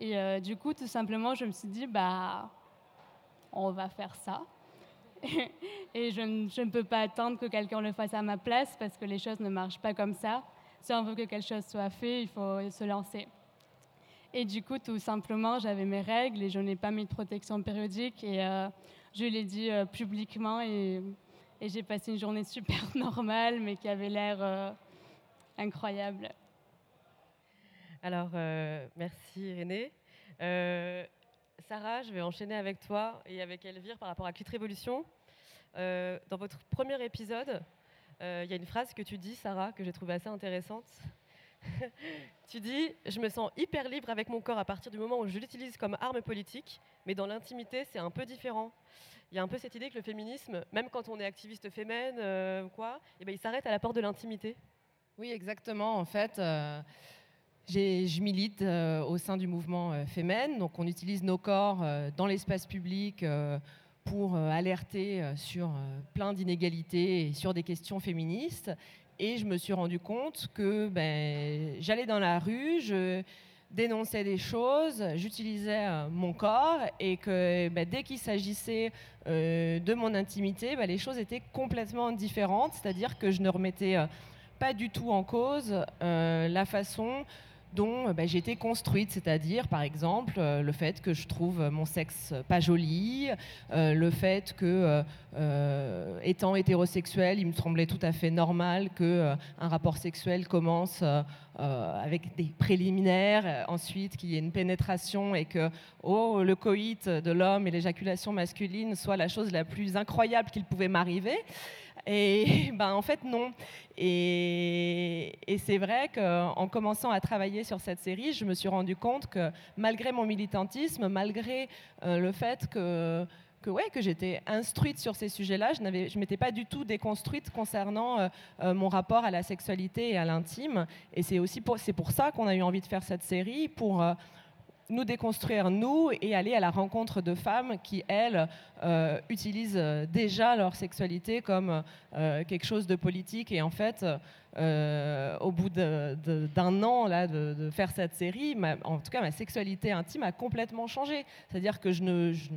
Et du coup, tout simplement, je me suis dit: «Bah, on va faire ça». Et je ne peux pas attendre que quelqu'un le fasse à ma place parce que les choses ne marchent pas comme ça. Si on veut que quelque chose soit fait, il faut se lancer. Et du coup, tout simplement, j'avais mes règles et je n'ai pas mis de protection périodique et je l'ai dit publiquement et j'ai passé une journée super normale mais qui avait l'air incroyable. Alors, merci Irénée. Sarah, je vais enchaîner avec toi et avec Elvire par rapport à Clit Révolution. Dans votre premier épisode, il y a une phrase que tu dis, Sarah, que j'ai trouvée assez intéressante. Tu dis: «Je me sens hyper libre avec mon corps à partir du moment où je l'utilise comme arme politique, mais dans l'intimité, c'est un peu différent». Il y a un peu cette idée que le féminisme, même quand on est activiste féminin ou quoi, eh ben, il s'arrête à la porte de l'intimité. Oui, exactement. En fait, je milite au sein du mouvement Femen. Donc, on utilise nos corps dans l'espace public pour alerter sur plein d'inégalités et sur des questions féministes. Et je me suis rendu compte que j'allais dans la rue, je dénonçais des choses, j'utilisais mon corps et que dès qu'il s'agissait de mon intimité, les choses étaient complètement différentes. C'est-à-dire que je ne remettais pas du tout en cause la façon dont j'ai été construite, c'est-à-dire par exemple le fait que je trouve mon sexe pas joli, le fait que étant hétérosexuel, il me semblait tout à fait normal que un rapport sexuel commence avec des préliminaires, ensuite qu'il y ait une pénétration et que le coït de l'homme et l'éjaculation masculine soit la chose la plus incroyable qu'il pouvait m'arriver. Et en fait non. Et c'est vrai qu'en commençant à travailler sur cette série, je me suis rendu compte que malgré mon militantisme, malgré le fait que j'étais instruite sur ces sujets-là, je ne m'étais pas du tout déconstruite concernant mon rapport à la sexualité et à l'intime. Et c'est pour ça qu'on a eu envie de faire cette série, pour nous déconstruire, nous, et aller à la rencontre de femmes qui, elles, utilisent déjà leur sexualité comme quelque chose de politique. Et en fait, au bout d'un an là, de faire cette série, en tout cas, ma sexualité intime a complètement changé. C'est-à-dire que je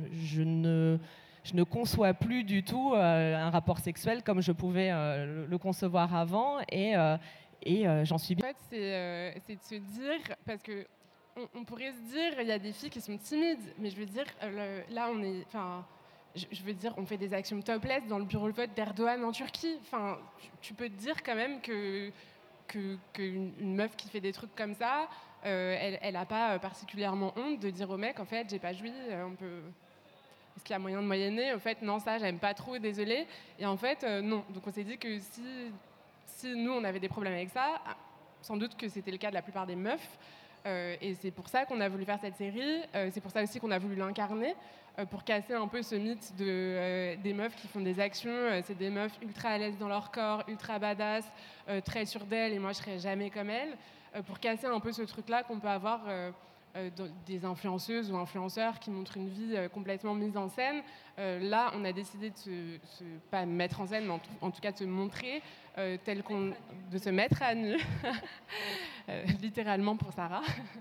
ne conçois plus du tout un rapport sexuel comme je pouvais le concevoir avant. Et j'en suis bien. En fait, c'est de se dire, parce que on pourrait se dire, il y a des filles qui sont timides, mais je veux dire, là, je veux dire, on fait des actions topless dans le bureau de vote d'Erdogan en Turquie. Enfin, tu peux te dire quand même qu'une meuf qui fait des trucs comme ça, elle n'a pas particulièrement honte de dire au mec, en fait, j'ai pas joui, est-ce qu'il y a moyen de moyenner? En fait, non, ça, j'aime pas trop, désolée. Et en fait, non. Donc on s'est dit que si nous, on avait des problèmes avec ça, sans doute que c'était le cas de la plupart des meufs. Et c'est pour ça qu'on a voulu faire cette série. C'est pour ça aussi qu'on a voulu l'incarner, pour casser un peu ce mythe des meufs qui font des actions. C'est des meufs ultra à l'aise dans leur corps, ultra badass, très sûres d'elles, et moi je serais jamais comme elles. Pour casser un peu ce truc-là qu'on peut avoir des influenceuses ou influenceurs qui montrent une vie complètement mise en scène. Là, on a décidé de pas mettre en scène, mais en tout cas de se montrer de se mettre à nu, littéralement pour Sarah,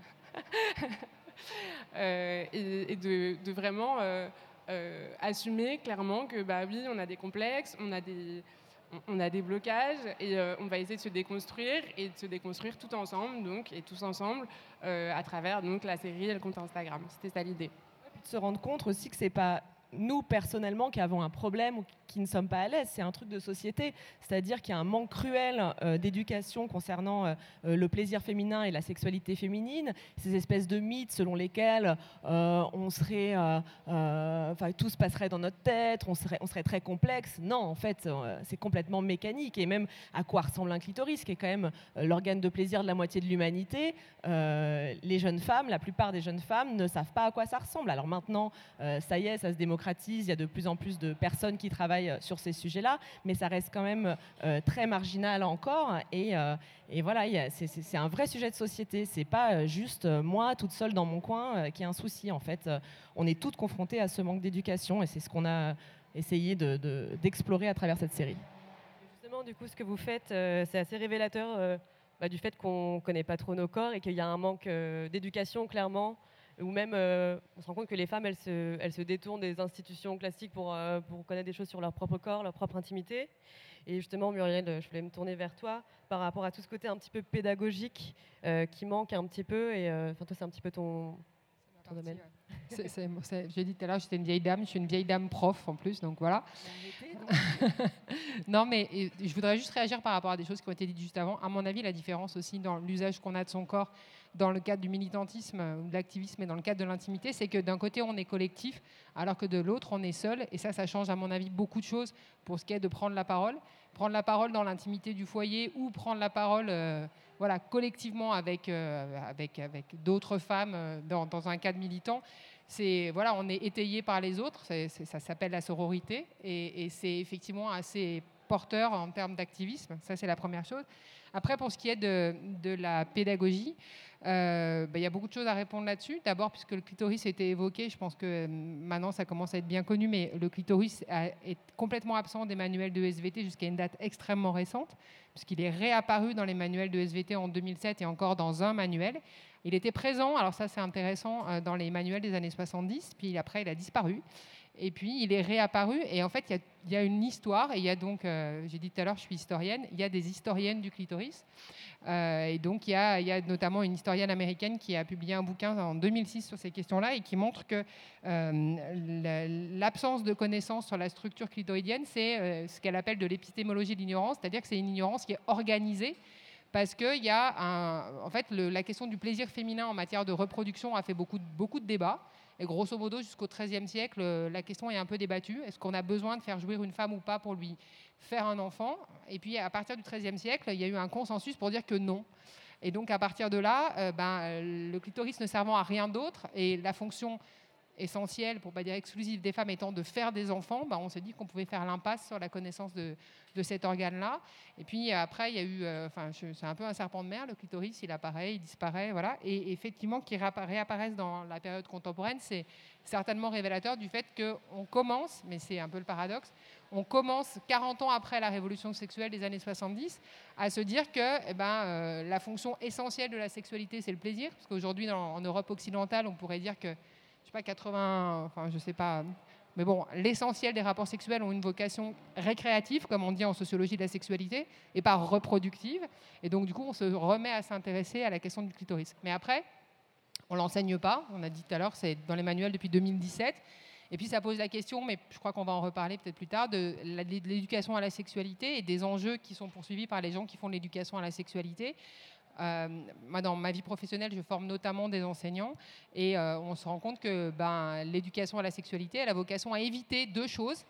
et de vraiment assumer clairement que oui, on a des complexes, on a des blocages et on va essayer de se déconstruire et de se déconstruire tout ensemble, et tous ensemble à travers la série et le compte Instagram. C'était ça l'idée. De se rendre compte aussi que c'est pas nous personnellement qui avons un problème ou qui ne sommes pas à l'aise, c'est un truc de société, c'est-à-dire qu'il y a un manque cruel d'éducation concernant le plaisir féminin et la sexualité féminine, ces espèces de mythes selon lesquels on serait, tout se passerait dans notre tête, on serait très complexe. Non, en fait, c'est complètement mécanique. Et même à quoi ressemble un clitoris, qui est quand même l'organe de plaisir de la moitié de l'humanité, les jeunes femmes, la plupart des jeunes femmes ne savent pas à quoi ça ressemble. Alors maintenant, ça y est, ça se démocratise, il y a de plus en plus de personnes qui travaillent sur ces sujets-là, mais ça reste quand même très marginal encore. Et voilà, c'est un vrai sujet de société. C'est pas juste moi, toute seule dans mon coin, qui a un souci. En fait, on est toutes confrontées à ce manque d'éducation, et c'est ce qu'on a essayé d'explorer à travers cette série. Justement, du coup, ce que vous faites, c'est assez révélateur du fait qu'on ne connaît pas trop nos corps et qu'il y a un manque d'éducation, clairement, ou même on se rend compte que les femmes, elles se détournent des institutions classiques pour connaître des choses sur leur propre corps, leur propre intimité. Et justement, Muriel, je voulais me tourner vers toi par rapport à tout ce côté un petit peu pédagogique qui manque un petit peu. Et toi, c'est un petit peu ton domaine. J'ai dit tout à l'heure, j'étais une vieille dame. Je suis une vieille dame prof en plus, donc voilà. Non, mais je voudrais juste réagir par rapport à des choses qui ont été dites juste avant. À mon avis, la différence aussi dans l'usage qu'on a de son corps dans le cadre du militantisme ou de l'activisme et dans le cadre de l'intimité, c'est que d'un côté, on est collectif, alors que de l'autre, on est seul. Et ça change, à mon avis, beaucoup de choses pour ce qui est de prendre la parole. Prendre la parole dans l'intimité du foyer ou prendre la parole collectivement avec d'autres femmes dans un cadre militant. On est étayé par les autres, ça s'appelle la sororité, et c'est effectivement assez porteur en termes d'activisme. Ça, c'est la première chose. Après, pour ce qui est de la pédagogie, y a beaucoup de choses à répondre là-dessus. D'abord, puisque le clitoris a été évoqué, je pense que maintenant, ça commence à être bien connu, mais le clitoris est complètement absent des manuels de SVT jusqu'à une date extrêmement récente, puisqu'il est réapparu dans les manuels de SVT en 2007 et encore dans un manuel. Il était présent, alors ça c'est intéressant, dans les manuels des années 70, puis après il a disparu. Et puis il est réapparu, et en fait il y a une histoire, et il y a donc, j'ai dit tout à l'heure, je suis historienne, il y a des historiennes du clitoris. Et donc il y a notamment une historienne américaine qui a publié un bouquin en 2006 sur ces questions-là, et qui montre que l'absence de connaissances sur la structure clitoridienne, c'est ce qu'elle appelle de l'épistémologie de l'ignorance, c'est-à-dire que c'est une ignorance qui est organisée, parce qu'il y a la question du plaisir féminin en matière de reproduction a fait beaucoup de débats. Et grosso modo, jusqu'au XIIIe siècle, la question est un peu débattue. Est-ce qu'on a besoin de faire jouir une femme ou pas pour lui faire un enfant ? Et puis, à partir du XIIIe siècle, il y a eu un consensus pour dire que non. Et donc, à partir de là, le clitoris ne servant à rien d'autre, et la fonction essentielle, pour ne pas dire exclusive des femmes, étant de faire des enfants, on s'est dit qu'on pouvait faire l'impasse sur la connaissance de cet organe-là. Et puis après, il y a eu, c'est un peu un serpent de mer, le clitoris, il apparaît, il disparaît, voilà. Et effectivement, qu'il réapparaisse dans la période contemporaine, c'est certainement révélateur du fait qu'on commence, mais c'est un peu le paradoxe, on commence 40 ans après la révolution sexuelle des années 70 à se dire que la fonction essentielle de la sexualité, c'est le plaisir, parce qu'aujourd'hui, en Europe occidentale, on pourrait dire que mais bon, l'essentiel des rapports sexuels ont une vocation récréative, comme on dit en sociologie de la sexualité, et pas reproductive. Et donc, du coup, on se remet à s'intéresser à la question du clitoris. Mais après, on ne l'enseigne pas. On a dit tout à l'heure, c'est dans les manuels depuis 2017. Et puis, ça pose la question, mais je crois qu'on va en reparler peut-être plus tard, de l'éducation à la sexualité et des enjeux qui sont poursuivis par les gens qui font de l'éducation à la sexualité. Moi, dans ma vie professionnelle, je forme notamment des enseignants, et on se rend compte que l'éducation à la sexualité, elle a vocation à éviter deux choses,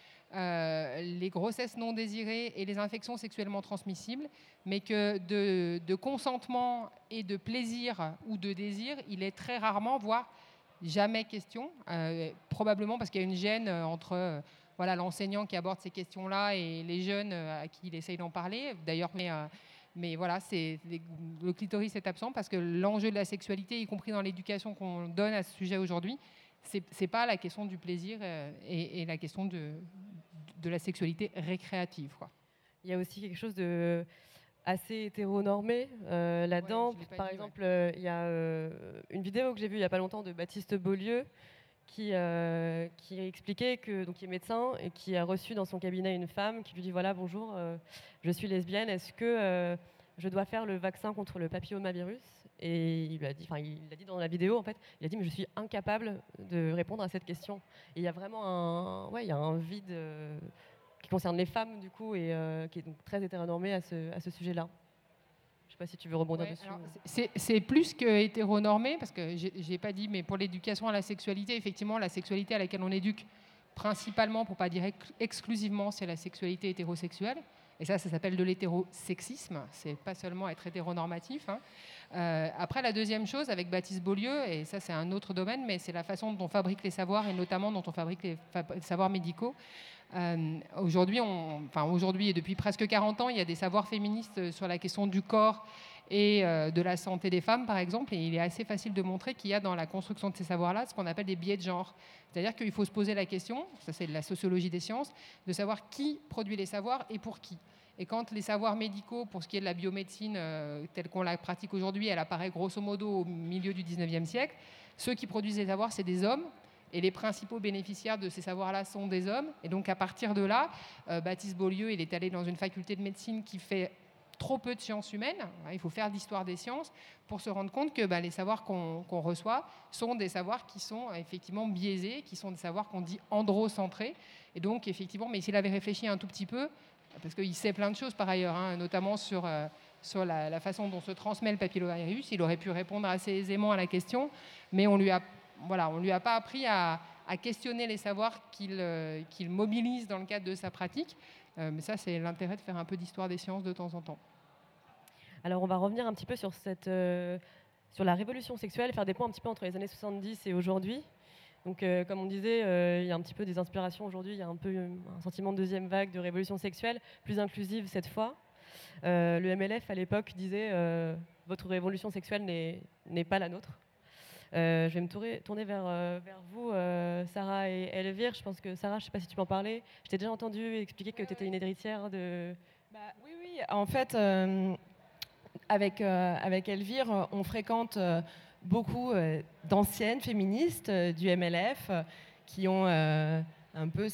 les grossesses non désirées et les infections sexuellement transmissibles, mais que de consentement et de plaisir ou de désir, il est très rarement, voire jamais question, probablement parce qu'il y a une gêne entre l'enseignant qui aborde ces questions-là et les jeunes à qui il essaye d'en parler. D'ailleurs, mais voilà, le clitoris est absent parce que l'enjeu de la sexualité, y compris dans l'éducation qu'on donne à ce sujet aujourd'hui, c'est pas la question du plaisir et la question de la sexualité récréative, quoi. Il y a aussi quelque chose de assez hétéronormé là-dedans. Par exemple, il y a une vidéo que j'ai vue il n'y a pas longtemps de Baptiste Beaulieu qui expliquait donc il est médecin et qui a reçu dans son cabinet une femme qui lui dit voilà, bonjour, je suis lesbienne, est-ce que je dois faire le vaccin contre le papillomavirus ? Et il l'a dit dans la vidéo, en fait, il a dit mais je suis incapable de répondre à cette question. Et il y a vraiment un vide qui concerne les femmes du coup et qui est donc très hétéronormé à ce sujet-là. Je ne sais pas si tu veux rebondir dessus. Alors, c'est plus que hétéronormé, parce que j'ai pas dit, mais pour l'éducation à la sexualité, effectivement, la sexualité à laquelle on éduque principalement, pour pas dire exclusivement, c'est la sexualité hétérosexuelle. Et ça s'appelle de l'hétérosexisme. C'est pas seulement être hétéronormatif. Après, la deuxième chose avec Baptiste Beaulieu, et ça c'est un autre domaine, mais c'est la façon dont on fabrique les savoirs et notamment dont on fabrique les savoirs médicaux. Aujourd'hui et depuis presque 40 ans, il y a des savoirs féministes sur la question du corps et de la santé des femmes, par exemple, et il est assez facile de montrer qu'il y a dans la construction de ces savoirs-là ce qu'on appelle des biais de genre. C'est-à-dire qu'il faut se poser la question, ça c'est de la sociologie des sciences, de savoir qui produit les savoirs et pour qui. Et quand les savoirs médicaux, pour ce qui est de la biomédecine telle qu'on la pratique aujourd'hui, elle apparaît grosso modo au milieu du 19e siècle, Ceux qui produisent les savoirs, c'est des hommes. Et les principaux bénéficiaires de ces savoirs-là sont des hommes. Et donc, à partir de là, Baptiste Beaulieu, il est allé dans une faculté de médecine qui fait trop peu de sciences humaines. Il faut faire de l'histoire des sciences pour se rendre compte que les savoirs qu'on reçoit sont des savoirs qui sont effectivement biaisés, qui sont des savoirs qu'on dit androcentrés. Et donc, effectivement, mais s'il avait réfléchi un tout petit peu, parce qu'il sait plein de choses par ailleurs, notamment sur la façon dont se transmet le papillomavirus, il aurait pu répondre assez aisément à la question, mais on lui a pas appris à questionner les savoirs qu'il mobilise dans le cadre de sa pratique. Mais ça, c'est l'intérêt de faire un peu d'histoire des sciences de temps en temps. Alors, on va revenir un petit peu sur la révolution sexuelle, faire des points un petit peu entre les années 70 et aujourd'hui. Donc, comme on disait, il y a un petit peu des inspirations aujourd'hui. Il y a un peu un sentiment de deuxième vague de révolution sexuelle, plus inclusive cette fois. Le MLF, à l'époque, disait « Votre révolution sexuelle n'est pas la nôtre ». Je vais me tourner vers vous, Sarah et Elvire. Je pense que Sarah, je ne sais pas si tu peux en parler. Je t'ai déjà entendu expliquer que tu étais une héritière de... Oui. En fait, avec Elvire, on fréquente beaucoup d'anciennes féministes du MLF qui ont un peu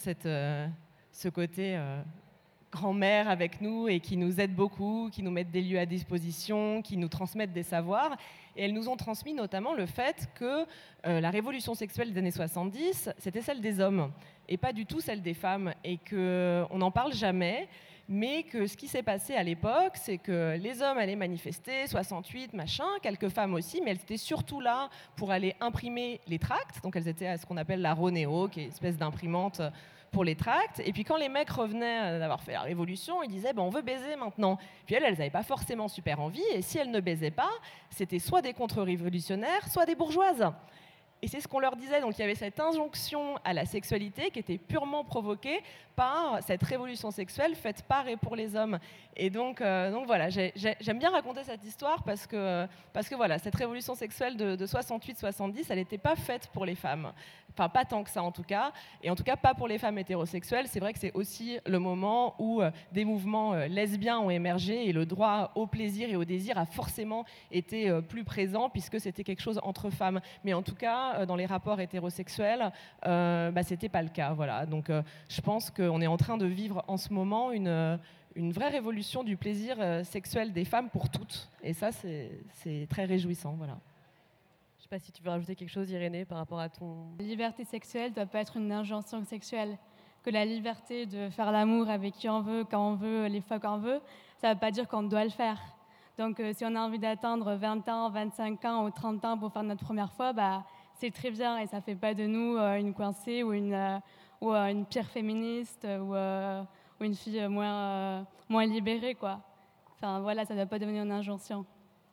ce côté grand-mère avec nous et qui nous aident beaucoup, qui nous mettent des lieux à disposition, qui nous transmettent des savoirs. Et elles nous ont transmis notamment le fait que la révolution sexuelle des années 70, c'était celle des hommes et pas du tout celle des femmes. Et qu'on n'en parle jamais, mais que ce qui s'est passé à l'époque, c'est que les hommes allaient manifester, 68, machin, quelques femmes aussi, mais elles étaient surtout là pour aller imprimer les tracts. Donc elles étaient à ce qu'on appelle la Ronéo, qui est une espèce d'imprimante pour les tracts. Et puis quand les mecs revenaient d'avoir fait la révolution, ils disaient on veut baiser maintenant. Puis elles n'avaient pas forcément super envie, et si elles ne baisaient pas, c'était soit des contre-révolutionnaires, soit des bourgeoises. Et c'est ce qu'on leur disait. Donc il y avait cette injonction à la sexualité qui était purement provoquée par cette révolution sexuelle faite par et pour les hommes. Et donc voilà, j'aime bien raconter cette histoire parce que voilà, cette révolution sexuelle de 68-70, elle n'était pas faite pour les femmes. Enfin, pas tant que ça en tout cas. Et en tout cas, pas pour les femmes hétérosexuelles. C'est vrai que c'est aussi le moment où des mouvements lesbiens ont émergé et le droit au plaisir et au désir a forcément été plus présent puisque c'était quelque chose entre femmes. Mais en tout cas, dans les rapports hétérosexuels, c'était pas le cas. Voilà. Donc, je pense qu'on est en train de vivre en ce moment une vraie révolution du plaisir sexuel des femmes pour toutes. Et ça, c'est très réjouissant. Voilà. Je ne sais pas si tu veux rajouter quelque chose, Irénée, par rapport à ton... La liberté sexuelle ne doit pas être une injonction sexuelle. Que la liberté de faire l'amour avec qui on veut, quand on veut, les fois qu'on veut, ça ne veut pas dire qu'on doit le faire. Donc, si on a envie d'attendre 20 ans, 25 ans ou 30 ans pour faire notre première fois, c'est très bien et ça ne fait pas de nous une coincée ou une pire féministe ou une fille moins libérée, quoi. Enfin, voilà, ça ne doit pas devenir une injonction.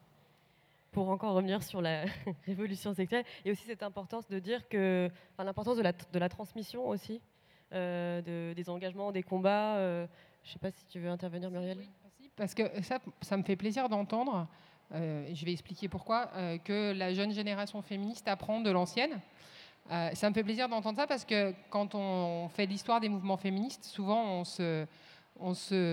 Pour encore revenir sur la révolution sexuelle, et aussi cette importance de dire que, l'importance de la transmission aussi, des engagements, des combats. Je ne sais pas si tu veux intervenir, Muriel. Oui, parce que ça me fait plaisir d'entendre, je vais expliquer pourquoi, que la jeune génération féministe apprend de l'ancienne. Ça me fait plaisir d'entendre ça parce que quand on fait l'histoire des mouvements féministes, souvent on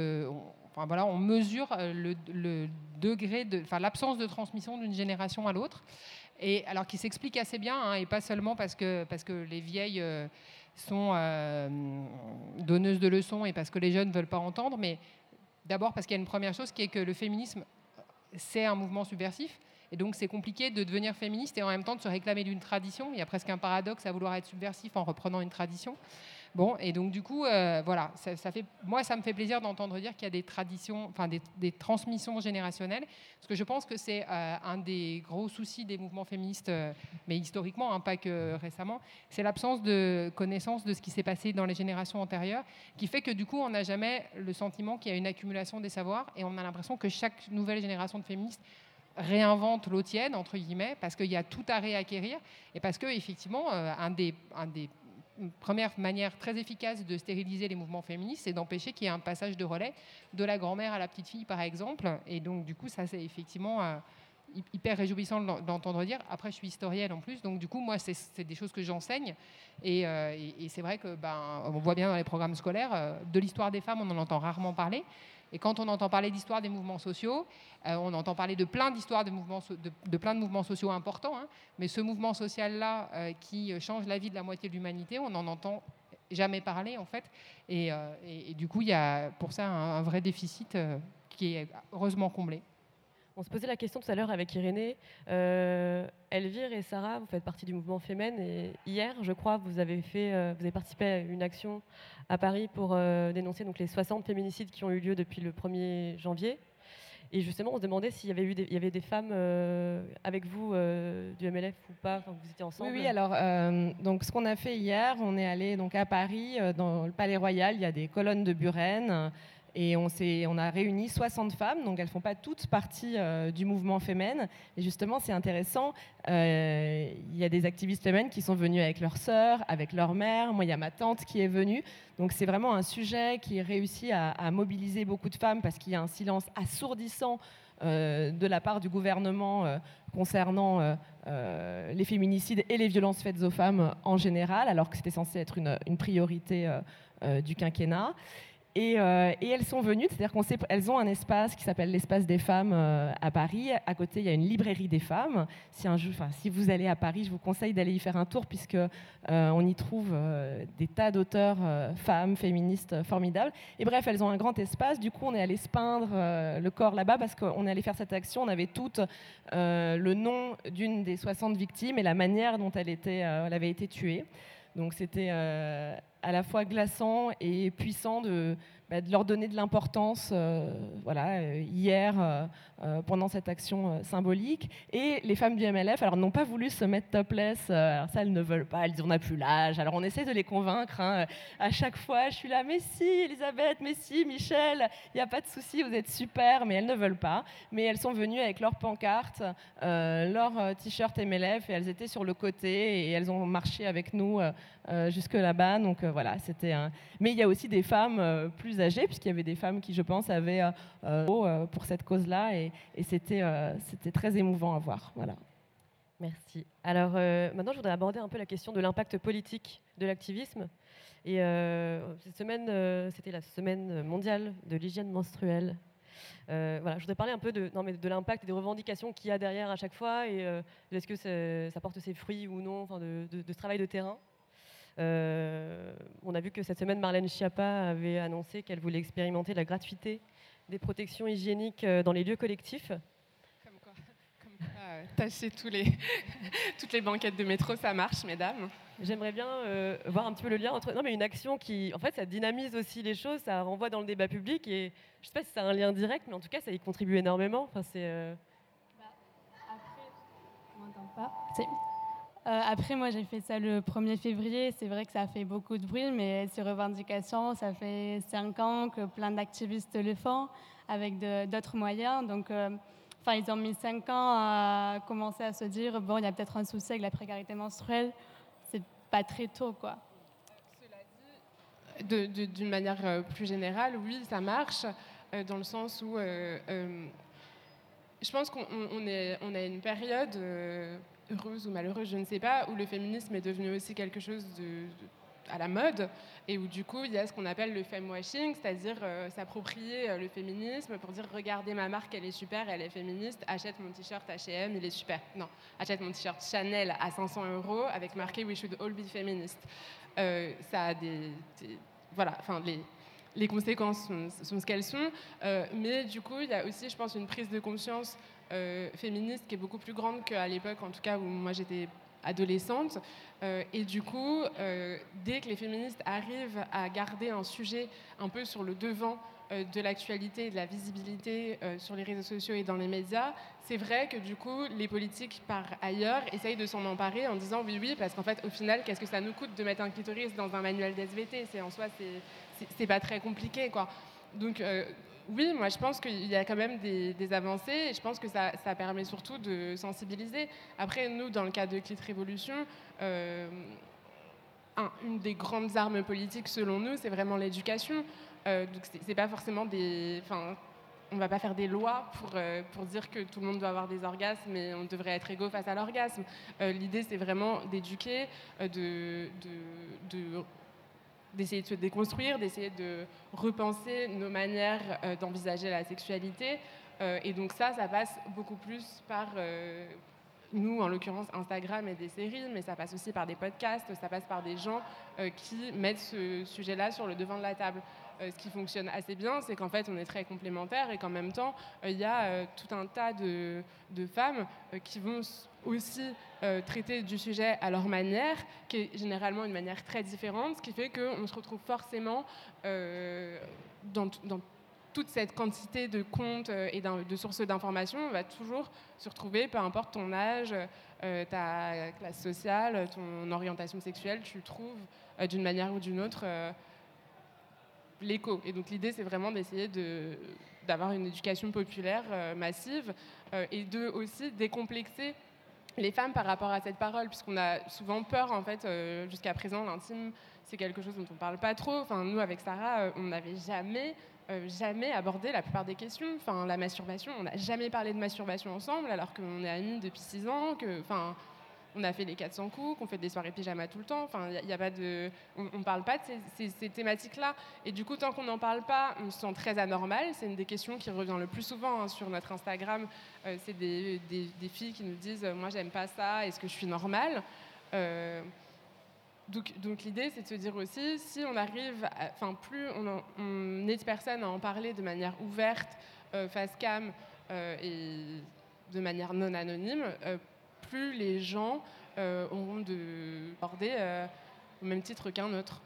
mesure le degré l'absence de transmission d'une génération à l'autre, et alors qui s'explique assez bien, et pas seulement parce que les vieilles sont donneuses de leçons et parce que les jeunes ne veulent pas entendre, mais d'abord parce qu'il y a une première chose qui est que le féminisme, c'est un mouvement subversif. Et donc, c'est compliqué de devenir féministe et en même temps de se réclamer d'une tradition. Il y a presque un paradoxe à vouloir être subversif en reprenant une tradition. Bon, et donc, du coup, voilà, moi, ça me fait plaisir d'entendre dire qu'il y a des traditions, des transmissions générationnelles. Parce que je pense que c'est un des gros soucis des mouvements féministes, mais historiquement, pas que récemment, c'est l'absence de connaissance de ce qui s'est passé dans les générations antérieures, qui fait que, du coup, on n'a jamais le sentiment qu'il y a une accumulation des savoirs et on a l'impression que chaque nouvelle génération de féministes réinvente l'eau tienne, entre guillemets, parce qu'il y a tout à réacquérir et parce que, effectivement, une première manière très efficace de stériliser les mouvements féministes, c'est d'empêcher qu'il y ait un passage de relais de la grand-mère à la petite fille, par exemple. Et donc, du coup, ça, c'est effectivement hyper réjouissant d'entendre dire. Après, je suis historienne en plus, donc du coup, moi, c'est des choses que j'enseigne. Et c'est vrai que on voit bien dans les programmes scolaires, de l'histoire des femmes, on en entend rarement parler. Et quand on entend parler d'histoire des mouvements sociaux, on entend parler de plein d'histoires de plein de mouvements sociaux importants, hein, mais ce mouvement social-là qui change la vie de la moitié de l'humanité, on n'en entend jamais parler en fait. Et du coup, il y a pour ça un vrai déficit qui est heureusement comblé. On se posait la question tout à l'heure avec Irénée. Elvire et Sarah, vous faites partie du mouvement Femen. Et hier, je crois, vous avez participé à une action à Paris pour dénoncer donc, les 60 féminicides qui ont eu lieu depuis le 1er janvier. Et justement, on se demandait s'il y avait des femmes avec vous du MLF ou pas, enfin, vous étiez ensemble. Oui, alors donc, ce qu'on a fait hier, on est allé donc, à Paris, dans le Palais Royal, il y a des colonnes de Buren. Et on a réuni 60 femmes, donc elles ne font pas toutes partie du mouvement Femen. Et justement, c'est intéressant, il y a des activistes Femen qui sont venus avec leurs sœurs, avec leur mère. Moi, il y a ma tante qui est venue. Donc c'est vraiment un sujet qui réussit à mobiliser beaucoup de femmes parce qu'il y a un silence assourdissant de la part du gouvernement concernant les féminicides et les violences faites aux femmes en général, alors que c'était censé être une priorité du quinquennat. Et elles sont venues, c'est-à-dire qu'elles ont un espace qui s'appelle l'espace des femmes à Paris. À côté, il y a une librairie des femmes. Si vous allez à Paris, je vous conseille d'aller y faire un tour puisque on y trouve des tas d'auteurs femmes, féministes formidables. Et bref, elles ont un grand espace. Du coup, on est allé se peindre le corps là-bas parce qu'on est allé faire cette action. On avait toutes le nom d'une des 60 victimes et la manière dont elle avait été tuée. Donc c'était à la fois glaçant et puissant de leur donner de l'importance hier pendant cette action symbolique. Et les femmes du MLF n'ont pas voulu se mettre topless. Alors ça, elles ne veulent pas. Elles disent on n'a plus l'âge. Alors on essaie de les convaincre. Hein. À chaque fois, je suis là, mais si, Elisabeth, mais si, Michel, il n'y a pas de souci, vous êtes super. Mais elles ne veulent pas. Mais elles sont venues avec leurs pancartes, leurs t-shirts MLF et elles étaient sur le côté et elles ont marché avec nous jusque là-bas. Donc voilà, c'était un... Mais il y a aussi des femmes plus âgées, puisqu'il y avait des femmes qui, je pense, avaient pour cette cause-là et c'était très émouvant à voir. Voilà. Merci. Alors maintenant, je voudrais aborder un peu la question de l'impact politique de l'activisme. Et cette semaine, c'était la semaine mondiale de l'hygiène menstruelle. Je voudrais parler un peu de l'impact et des revendications qu'il y a derrière à chaque fois et de est-ce que ça porte ses fruits ou non, de ce travail de terrain. On a vu que cette semaine, Marlène Schiappa avait annoncé qu'elle voulait expérimenter la gratuité des protections hygiéniques dans les lieux collectifs. Comme quoi tâcher toutes les banquettes de métro, ça marche, mesdames. J'aimerais bien voir un petit peu le lien entre... Non, mais une action qui, en fait, ça dynamise aussi les choses, ça renvoie dans le débat public et je ne sais pas si ça a un lien direct, mais en tout cas, ça y contribue énormément. Enfin, c'est... Après, on m'entend pas. Après, moi, j'ai fait ça le 1er février. C'est vrai que ça a fait beaucoup de bruit, mais ces revendications, ça fait 5 ans que plein d'activistes le font avec d'autres moyens. Donc, ils ont mis 5 ans à commencer à se dire, bon, il y a peut-être un souci avec la précarité menstruelle. C'est pas très tôt, quoi. Cela dit, d'une manière plus générale, oui, ça marche, dans le sens où je pense qu'on a une période... heureuse ou malheureuse, je ne sais pas, où le féminisme est devenu aussi quelque chose à la mode et où du coup il y a ce qu'on appelle le femwashing, c'est-à-dire s'approprier le féminisme pour dire regardez ma marque, elle est super, elle est féministe, achète mon t-shirt H&M, il est super. Non, achète mon t-shirt Chanel à 500 € avec marqué We should all be feminist. Ça a les conséquences sont ce qu'elles sont, mais du coup il y a aussi, je pense, une prise de conscience féministe qui est beaucoup plus grande qu'à l'époque, en tout cas où moi j'étais adolescente. Et du coup, dès que les féministes arrivent à garder un sujet un peu sur le devant de l'actualité et de la visibilité sur les réseaux sociaux et dans les médias, c'est vrai que du coup, les politiques par ailleurs essayent de s'en emparer en disant oui, parce qu'en fait, au final, qu'est-ce que ça nous coûte de mettre un clitoris dans un manuel d'SVT ? En soi, c'est pas très compliqué, quoi. Donc, oui, moi je pense qu'il y a quand même des avancées et je pense que ça permet surtout de sensibiliser. Après, nous, dans le cas de Clit Révolution, une des grandes armes politiques selon nous, c'est vraiment l'éducation. Donc c'est pas forcément on va pas faire des lois pour dire que tout le monde doit avoir des orgasmes et on devrait être égaux face à l'orgasme. L'idée, c'est vraiment d'éduquer, d'essayer de se déconstruire, d'essayer de repenser nos manières d'envisager la sexualité. Et donc ça passe beaucoup plus par nous, en l'occurrence Instagram et des séries, mais ça passe aussi par des podcasts, ça passe par des gens qui mettent ce sujet-là sur le devant de la table. Ce qui fonctionne assez bien, c'est qu'en fait, on est très complémentaires et qu'en même temps, il y a tout un tas de femmes qui vont aussi traiter du sujet à leur manière, qui est généralement une manière très différente, ce qui fait qu'on se retrouve forcément dans toute cette quantité de comptes et de sources d'informations. On va toujours se retrouver, peu importe ton âge, ta classe sociale, ton orientation sexuelle, tu trouves d'une manière ou d'une autre l'écho. Et donc l'idée, c'est vraiment d'essayer d'avoir une éducation populaire massive et de aussi décomplexer les femmes par rapport à cette parole, puisqu'on a souvent peur, en fait, jusqu'à présent, l'intime, c'est quelque chose dont on ne parle pas trop. Enfin, nous, avec Sarah, on n'avait jamais abordé la plupart des questions. Enfin, la masturbation, on n'a jamais parlé de masturbation ensemble, alors qu'on est amis depuis 6 ans, on a fait les 400 coups, qu'on fait des soirées pyjama tout le temps. Enfin, y a pas de, on parle pas de ces thématiques-là. Et du coup, tant qu'on n'en parle pas, on se sent très anormal. C'est une des questions qui revient le plus souvent sur notre Instagram. C'est des filles qui nous disent « Moi, j'aime pas ça. Est-ce que je suis normale ?» Donc l'idée, c'est de se dire aussi, si on arrive, plus on est de personnes à en parler de manière ouverte, face cam et de manière non anonyme, plus les gens auront de aborder au même titre qu'un autre.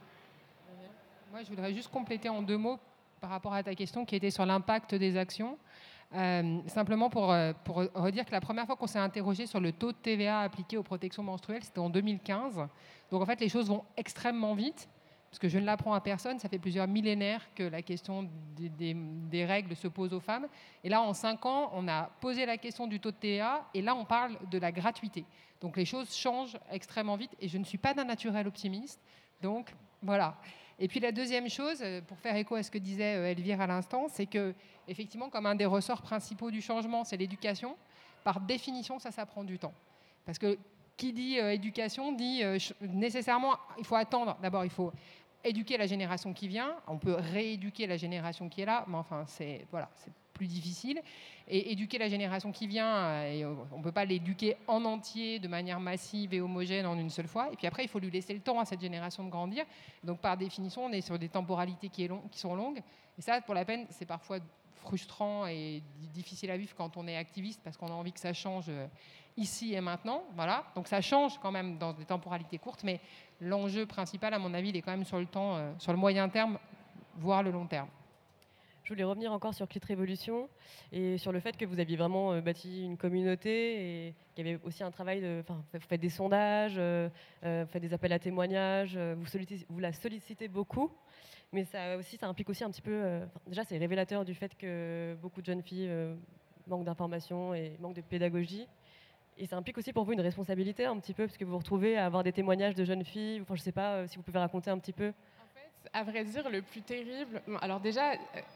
Moi, je voudrais juste compléter en 2 mots par rapport à ta question qui était sur l'impact des actions. Simplement pour redire que la première fois qu'on s'est interrogé sur le taux de TVA appliqué aux protections menstruelles, c'était en 2015. Donc en fait, les choses vont extrêmement vite, parce que je ne l'apprends à personne, ça fait plusieurs millénaires que la question des règles se pose aux femmes. Et là, en 5 ans, on a posé la question du taux de TVA, et là, on parle de la gratuité. Donc les choses changent extrêmement vite, et je ne suis pas d'un naturel optimiste. Donc voilà. Et puis la deuxième chose, pour faire écho à ce que disait Elvire à l'instant, c'est que effectivement, comme un des ressorts principaux du changement, c'est l'éducation. Par définition, ça prend du temps. Parce que qui dit éducation dit nécessairement, il faut attendre. D'abord, il faut éduquer la génération qui vient. On peut rééduquer la génération qui est là, mais enfin, c'est plus difficile. Et éduquer la génération qui vient, on ne peut pas l'éduquer en entier de manière massive et homogène en une seule fois. Et puis après, il faut lui laisser le temps à cette génération de grandir. Donc par définition, on est sur des temporalités qui sont longues. Et ça, pour la peine, c'est parfois frustrant et difficile à vivre quand on est activiste parce qu'on a envie que ça change ici et maintenant. Voilà. Donc ça change quand même dans des temporalités courtes, mais l'enjeu principal, à mon avis, il est quand même sur le moyen terme, voire le long terme. Je voulais revenir encore sur Clit Révolution et sur le fait que vous aviez vraiment bâti une communauté et qu'il y avait aussi un travail vous faites des sondages, vous faites des appels à témoignages, vous la sollicitez beaucoup, mais ça implique aussi un petit peu, déjà c'est révélateur du fait que beaucoup de jeunes filles manquent d'informations et manquent de pédagogie. Et ça implique aussi pour vous une responsabilité un petit peu, parce que vous vous retrouvez à avoir des témoignages de jeunes filles. Enfin, je ne sais pas si vous pouvez raconter un petit peu. En fait, à vrai dire, le plus terrible... Alors déjà,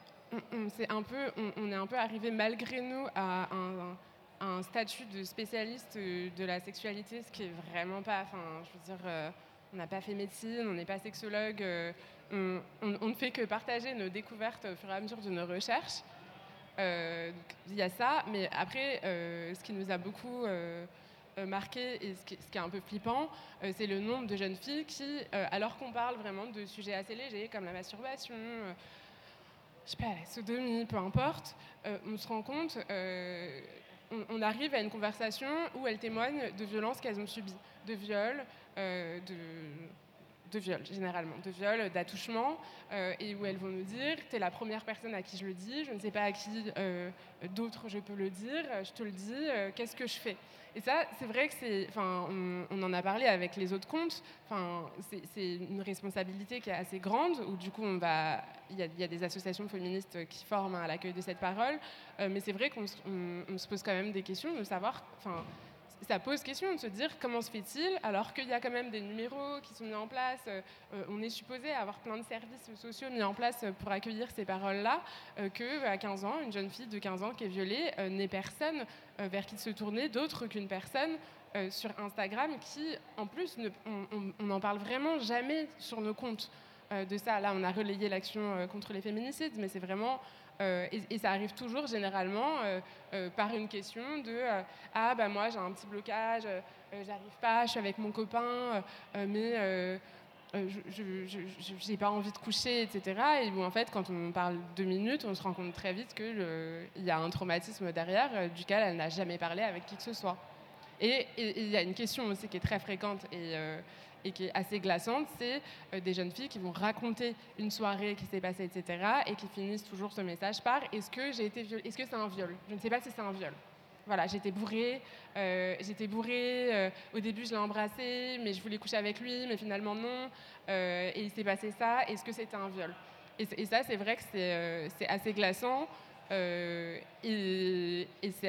on est un peu arrivé malgré nous à un statut de spécialiste de la sexualité, ce qui est vraiment pas... on n'a pas fait médecine, on n'est pas sexologue, on ne fait que partager nos découvertes au fur et à mesure de nos recherches. Il y a ça, mais après, ce qui nous a beaucoup marqué et ce qui est un peu flippant, c'est le nombre de jeunes filles qui, alors qu'on parle vraiment de sujets assez légers comme la masturbation, je sais pas, la sodomie, peu importe, on se rend compte, on arrive à une conversation où elles témoignent de violences qu'elles ont subies, de viols, de viols, généralement, de viols, d'attouchements, et où elles vont nous dire « t'es la première personne à qui je le dis, je ne sais pas à qui d'autre je peux le dire, je te le dis, qu'est-ce que je fais ?» Et ça, c'est vrai que on en a parlé avec les autres comptes, c'est une responsabilité qui est assez grande, où du coup, il y a des associations féministes qui forment à l'accueil de cette parole, mais c'est vrai qu'on se pose quand même des questions de savoir... Ça pose question de se dire comment se fait-il alors qu'il y a quand même des numéros qui sont mis en place, on est supposé avoir plein de services sociaux mis en place pour accueillir ces paroles-là, qu'à 15 ans, une jeune fille de 15 ans qui est violée n'ait personne vers qui se tourner d'autre qu'une personne sur Instagram qui, en plus, on n'en parle vraiment jamais sur nos comptes. de ça. Là, on a relayé l'action contre les féminicides, mais c'est vraiment... et ça arrive toujours généralement par une question de ah bah moi j'ai un petit blocage, j'arrive pas, je suis avec mon copain, mais j'ai pas envie de coucher, etc. Et où en fait quand on parle 2 minutes, on se rend compte très vite qu'il y a un traumatisme derrière duquel elle n'a jamais parlé avec qui que ce soit. Et il y a une question aussi qui est très fréquente et qui est assez glaçante, c'est des jeunes filles qui vont raconter une soirée qui s'est passée, etc. et qui finissent toujours ce message par « Est-ce que j'ai été violée ? Est-ce que c'est un viol ? Je ne sais pas si c'est un viol. » Voilà, j'étais bourrée, au début je l'ai embrassé, mais je voulais coucher avec lui, mais finalement non, et il s'est passé ça, est-ce que c'était un viol ? Et ça, c'est vrai que c'est assez glaçant, et c'est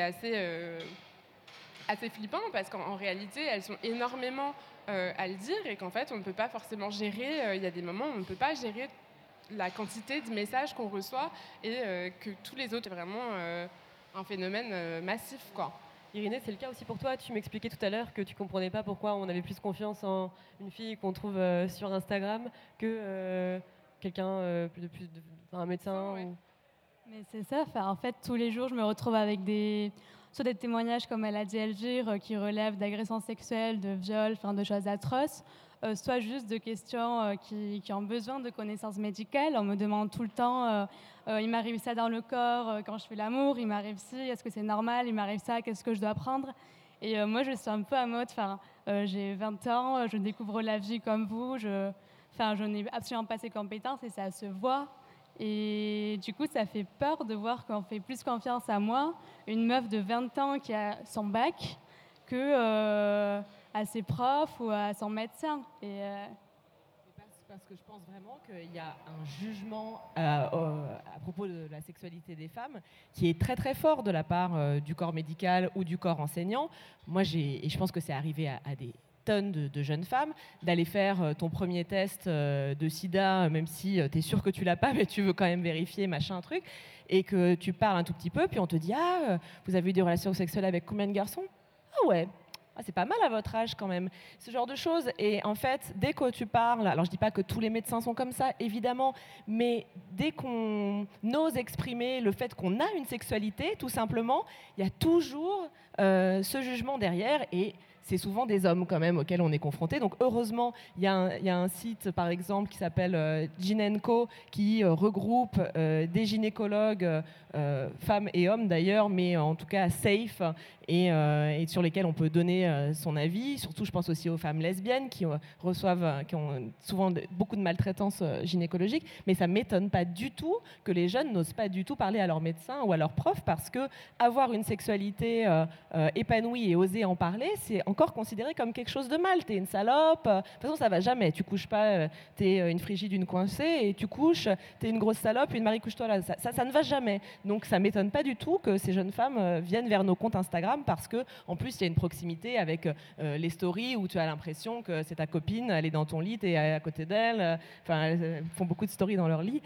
assez flippant, parce qu'en réalité, elles sont énormément à le dire, et qu'en fait, on ne peut pas forcément gérer, il y a des moments où on ne peut pas gérer la quantité de messages qu'on reçoit, et que tous les autres, c'est vraiment un phénomène massif, quoi. Irénée, c'est le cas aussi pour toi. Tu m'expliquais tout à l'heure que tu comprenais pas pourquoi on avait plus confiance en une fille qu'on trouve sur Instagram que quelqu'un un médecin. Ouais. Ou... Mais c'est ça, en fait, tous les jours, je me retrouve avec soit des témoignages, comme elle a dit Elvire, qui relèvent d'agressions sexuelles, de viols, de choses atroces, soit juste de questions qui ont besoin de connaissances médicales. On me demande tout le temps, il m'arrive ça dans le corps quand je fais l'amour, il m'arrive ci, est-ce que c'est normal, il m'arrive ça, qu'est-ce que je dois prendre ? Et moi, je suis un peu à mode, j'ai 20 ans, je découvre la vie comme vous, je n'ai absolument pas ces compétences et ça se voit. Et du coup, ça fait peur de voir qu'on fait plus confiance à moi, une meuf de 20 ans qui a son bac, que à ses profs ou à son médecin. Parce que je pense vraiment qu'il y a un jugement à propos de la sexualité des femmes qui est très très fort de la part du corps médical ou du corps enseignant. Moi, et je pense que c'est arrivé à des tonnes de jeunes femmes, d'aller faire ton premier test de sida, même si tu es sûr que tu l'as pas, mais tu veux quand même vérifier, machin, truc, et que tu parles un tout petit peu, puis on te dit « Ah, vous avez eu des relations sexuelles avec combien de garçons ?»« Ah ouais !» Ah, c'est pas mal à votre âge quand même, ce genre de choses. Et en fait, dès que tu parles, alors je dis pas que tous les médecins sont comme ça, évidemment, mais dès qu'on ose exprimer le fait qu'on a une sexualité, tout simplement, il y a toujours ce jugement derrière, et c'est souvent des hommes quand même auxquels on est confronté. Donc heureusement, il y a un site par exemple qui s'appelle Gynenco qui regroupe des gynécologues, femmes et hommes d'ailleurs, mais en tout cas safe, et sur lesquels on peut donner son avis. Surtout, je pense aussi aux femmes lesbiennes qui ont souvent beaucoup de maltraitance gynécologique. Mais ça ne m'étonne pas du tout que les jeunes n'osent pas du tout parler à leur médecin ou à leur prof, parce que avoir une sexualité épanouie et oser en parler, c'est encore considéré comme quelque chose de mal. T'es une salope. De toute façon, ça va jamais. Tu couches pas, t'es une frigide, une coincée, et tu couches, t'es une grosse salope, une Marie couche-toi là. Ça ne va jamais. Donc ça m'étonne pas du tout que ces jeunes femmes viennent vers nos comptes Instagram, parce que en plus il y a une proximité avec les stories où tu as l'impression que c'est ta copine, elle est dans ton lit, t'es à côté d'elle. Elles font beaucoup de stories dans leur lit,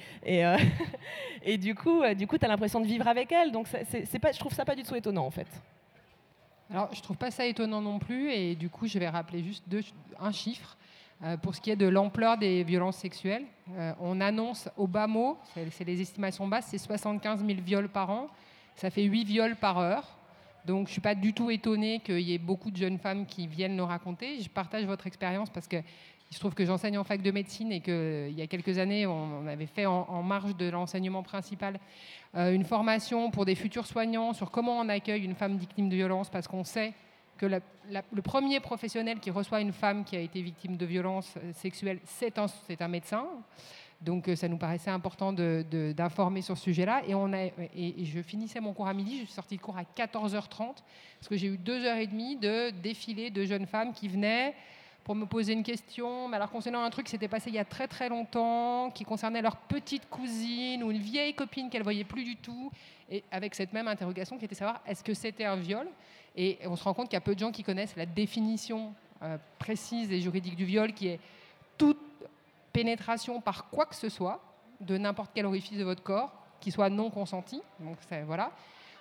et du coup tu as l'impression de vivre avec elle. Donc je trouve ça pas du tout étonnant en fait. Alors, je ne trouve pas ça étonnant non plus, et du coup, je vais rappeler juste un chiffre. Pour ce qui est de l'ampleur des violences sexuelles, on annonce au bas mot, c'est les estimations basses, c'est 75 000 viols par an, ça fait 8 viols par heure. Donc, je ne suis pas du tout étonnée qu'il y ait beaucoup de jeunes femmes qui viennent nous raconter. Je partage votre expérience parce que il se trouve que j'enseigne en fac de médecine et qu'il y a quelques années, on avait fait en marge de l'enseignement principal une formation pour des futurs soignants sur comment on accueille une femme victime de violence, parce qu'on sait que le premier professionnel qui reçoit une femme qui a été victime de violences sexuelles, c'est un médecin. Donc ça nous paraissait important d'informer sur ce sujet-là. Et je finissais mon cours à midi, je suis sortie de cours à 14h30, parce que j'ai eu 2h30 de défilé de jeunes femmes qui venaient pour me poser une question, mais alors concernant un truc qui s'était passé il y a très très longtemps, qui concernait leur petite cousine ou une vieille copine qu'elle ne voyait plus du tout, et avec cette même interrogation qui était de savoir est-ce que c'était un viol. Et on se rend compte qu'il y a peu de gens qui connaissent la définition précise et juridique du viol, qui est toute pénétration par quoi que ce soit, de n'importe quel orifice de votre corps, qui soit non consenti. Donc voilà.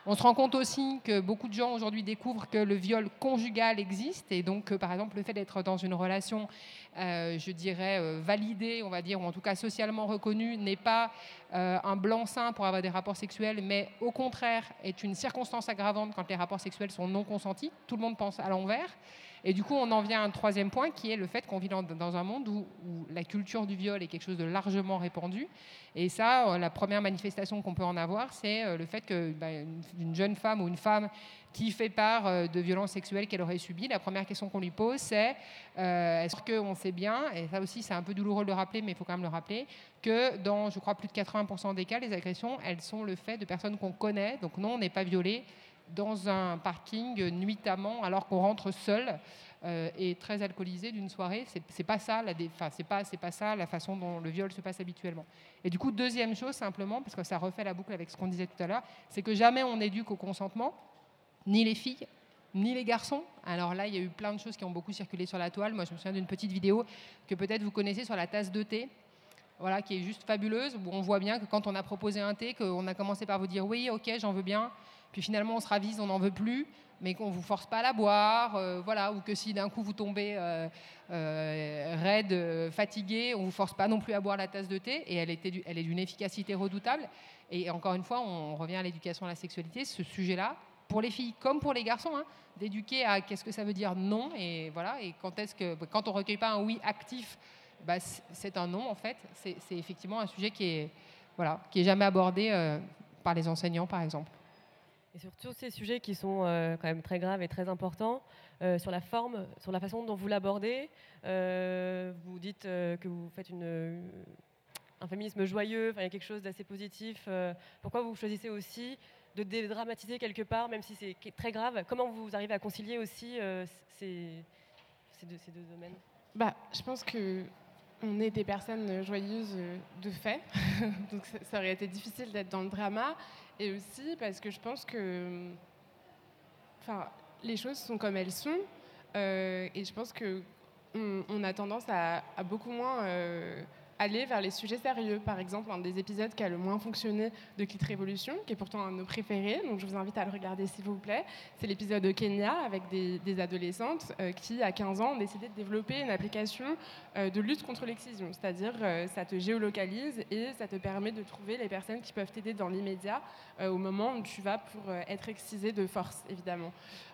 On se rend compte aussi que beaucoup de gens aujourd'hui découvrent que le viol conjugal existe et donc, par exemple, le fait d'être dans une relation, je dirais, validée, on va dire, ou en tout cas socialement reconnue, n'est pas un blanc-seing pour avoir des rapports sexuels, mais au contraire est une circonstance aggravante quand les rapports sexuels sont non consentis. Tout le monde pense à l'envers. Et du coup, on en vient à un troisième point qui est le fait qu'on vit dans un monde où la culture du viol est quelque chose de largement répandu. Et ça, la première manifestation qu'on peut en avoir, c'est le fait qu'une jeune femme ou une femme qui fait part de violences sexuelles qu'elle aurait subies, la première question qu'on lui pose, c'est est-ce qu'on sait bien, et ça aussi c'est un peu douloureux de le rappeler, mais il faut quand même le rappeler, que dans, je crois, plus de 80% des cas, les agressions, elles sont le fait de personnes qu'on connaît. Donc non, on n'est pas violé dans un parking nuitamment alors qu'on rentre seul et très alcoolisé d'une soirée. C'est pas ça c'est pas ça la façon dont le viol se passe habituellement. Et du coup, deuxième chose simplement, parce que ça refait la boucle avec ce qu'on disait tout à l'heure, c'est que jamais on éduque au consentement, ni les filles, ni les garçons. Alors là, il y a eu plein de choses qui ont beaucoup circulé sur la toile. Moi, je me souviens d'une petite vidéo que peut-être vous connaissez sur la tasse de thé. Voilà, qui est juste fabuleuse, où on voit bien que quand on a proposé un thé, qu'on a commencé par vous dire oui, ok, j'en veux bien, puis finalement on se ravise, on n'en veut plus, mais qu'on ne vous force pas à la boire, voilà, ou que si d'un coup vous tombez raide, fatigué, on ne vous force pas non plus à boire la tasse de thé, et elle est d'une efficacité redoutable. Et encore une fois, on revient à l'éducation à la sexualité, ce sujet-là, pour les filles comme pour les garçons, hein, d'éduquer à qu'est-ce que ça veut dire non, et voilà, et quand on ne recueille pas un oui actif, c'est un non en fait. C'est effectivement un sujet qui est jamais abordé par les enseignants par exemple. Et sur tous ces sujets qui sont quand même très graves et très importants, sur la forme, sur la façon dont vous l'abordez, vous dites que vous faites un féminisme joyeux, il y a quelque chose d'assez positif. Pourquoi vous choisissez aussi de dédramatiser quelque part, même si c'est très grave? Comment vous arrivez à concilier aussi ces deux domaines? Je pense que on est des personnes joyeuses de fait, donc ça aurait été difficile d'être dans le drama, et aussi parce que je pense que les choses sont comme elles sont, et je pense qu'on a tendance à beaucoup moins aller vers les sujets sérieux. Par exemple, un des épisodes qui a le moins fonctionné de Clit Révolution, qui est pourtant un de nos préférés, donc je vous invite à le regarder s'il vous plaît, c'est l'épisode de Kenya avec des adolescentes qui, à 15 ans, ont décidé de développer une application de lutte contre l'excision. C'est-à-dire, ça te géolocalise et ça te permet de trouver les personnes qui peuvent t'aider dans l'immédiat au moment où tu vas pour être excisé de force, évidemment.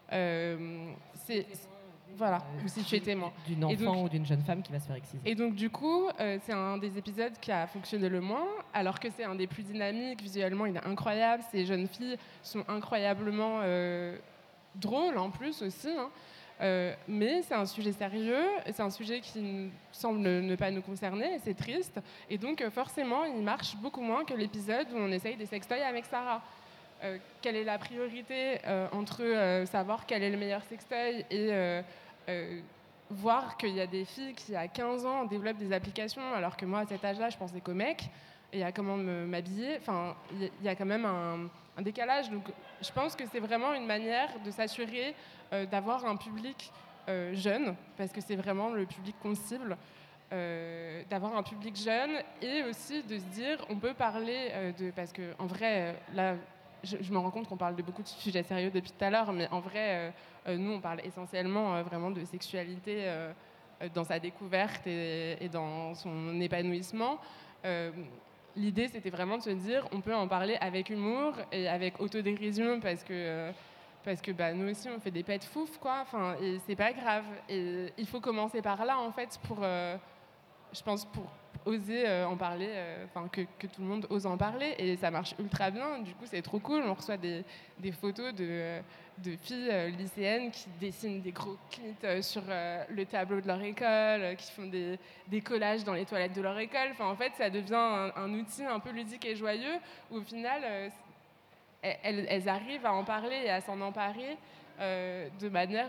Voilà, ou si tu es témoin. D'une enfant ou d'une jeune femme qui va se faire exciser. Et donc, du coup, c'est un des épisodes qui a fonctionné le moins, alors que c'est un des plus dynamiques. Visuellement, il est incroyable. Ces jeunes filles sont incroyablement drôles, en plus, aussi. Mais c'est un sujet sérieux, c'est un sujet qui semble ne pas nous concerner, et c'est triste. Et donc, forcément, il marche beaucoup moins que l'épisode où on essaye des sextoys avec Sarah. Quelle est la priorité entre savoir quel est le meilleur sextoy et voir qu'il y a des filles qui, à 15 ans, développent des applications, alors que moi, à cet âge-là, je pensais qu'aux mecs, et à comment m'habiller. Enfin, il y a quand même un décalage. Donc, je pense que c'est vraiment une manière de s'assurer d'avoir un public jeune, parce que c'est vraiment le public qu'on cible, d'avoir un public jeune, et aussi de se dire, on peut parler parce qu'en vrai, là, je me rends compte qu'on parle de beaucoup de sujets sérieux depuis tout à l'heure, mais en vrai, nous, on parle essentiellement vraiment de sexualité dans sa découverte et dans son épanouissement. L'idée, c'était vraiment de se dire, on peut en parler avec humour et avec autodérision, parce que nous aussi, on fait des pets fouf, quoi. Et c'est pas grave. Et il faut commencer par là, en fait, je pense, pour oser en parler, que tout le monde ose en parler, et ça marche ultra bien. Du coup, c'est trop cool. On reçoit des photos de filles lycéennes qui dessinent des gros clits sur le tableau de leur école, qui font des collages dans les toilettes de leur école. En fait, ça devient un outil un peu ludique et joyeux, où au final, elles arrivent à en parler et à s'en emparer de manière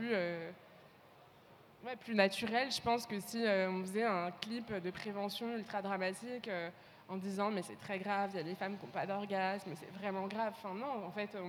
plus naturel. Je pense que si on faisait un clip de prévention ultra dramatique en disant mais c'est très grave, il y a des femmes qui n'ont pas d'orgasme, c'est vraiment grave. Non, en fait,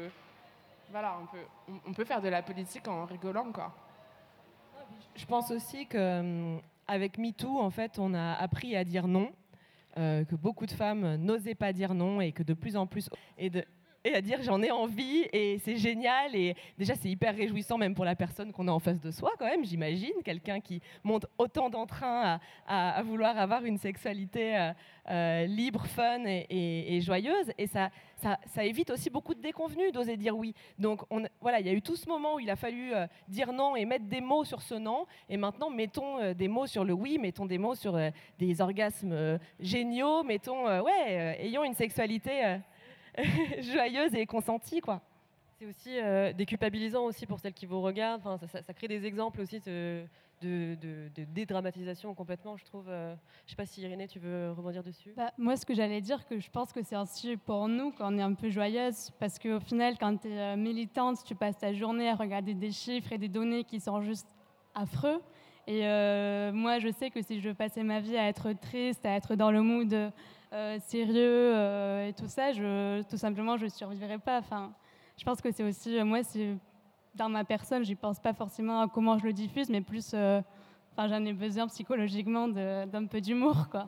on peut faire de la politique en rigolant, quoi. Je pense aussi qu'avec MeToo, en fait, on a appris à dire non, que beaucoup de femmes n'osaient pas dire non, et que de plus en plus... et à dire j'en ai envie et c'est génial. Et déjà, c'est hyper réjouissant même pour la personne qu'on a en face de soi quand même, j'imagine. Quelqu'un qui montre autant d'entrain à vouloir avoir une sexualité libre, fun et joyeuse. Et ça évite aussi beaucoup de déconvenues d'oser dire oui. Donc voilà, il y a eu tout ce moment où il a fallu dire non et mettre des mots sur ce non. Et maintenant, mettons des mots sur le oui, mettons des mots sur des orgasmes géniaux, mettons, ayons une sexualité joyeuse et consentie, quoi. C'est aussi déculpabilisant aussi pour celles qui vous regardent. Enfin, ça crée des exemples aussi de dédramatisation complètement, je trouve. Je ne sais pas si Irénée, tu veux rebondir dessus. Moi, ce que j'allais dire, que je pense que c'est aussi pour nous quand on est un peu joyeuse, parce qu'au final, quand tu es militante, tu passes ta journée à regarder des chiffres et des données qui sont juste affreux. Et moi, je sais que si je passais ma vie à être triste, à être dans le mood sérieux et tout ça, tout simplement, je ne survivrais pas. Enfin, je pense que c'est aussi, moi, dans ma personne, j'y pense pas forcément à comment je le diffuse, mais plus, j'en ai besoin psychologiquement d'un peu d'humour, quoi.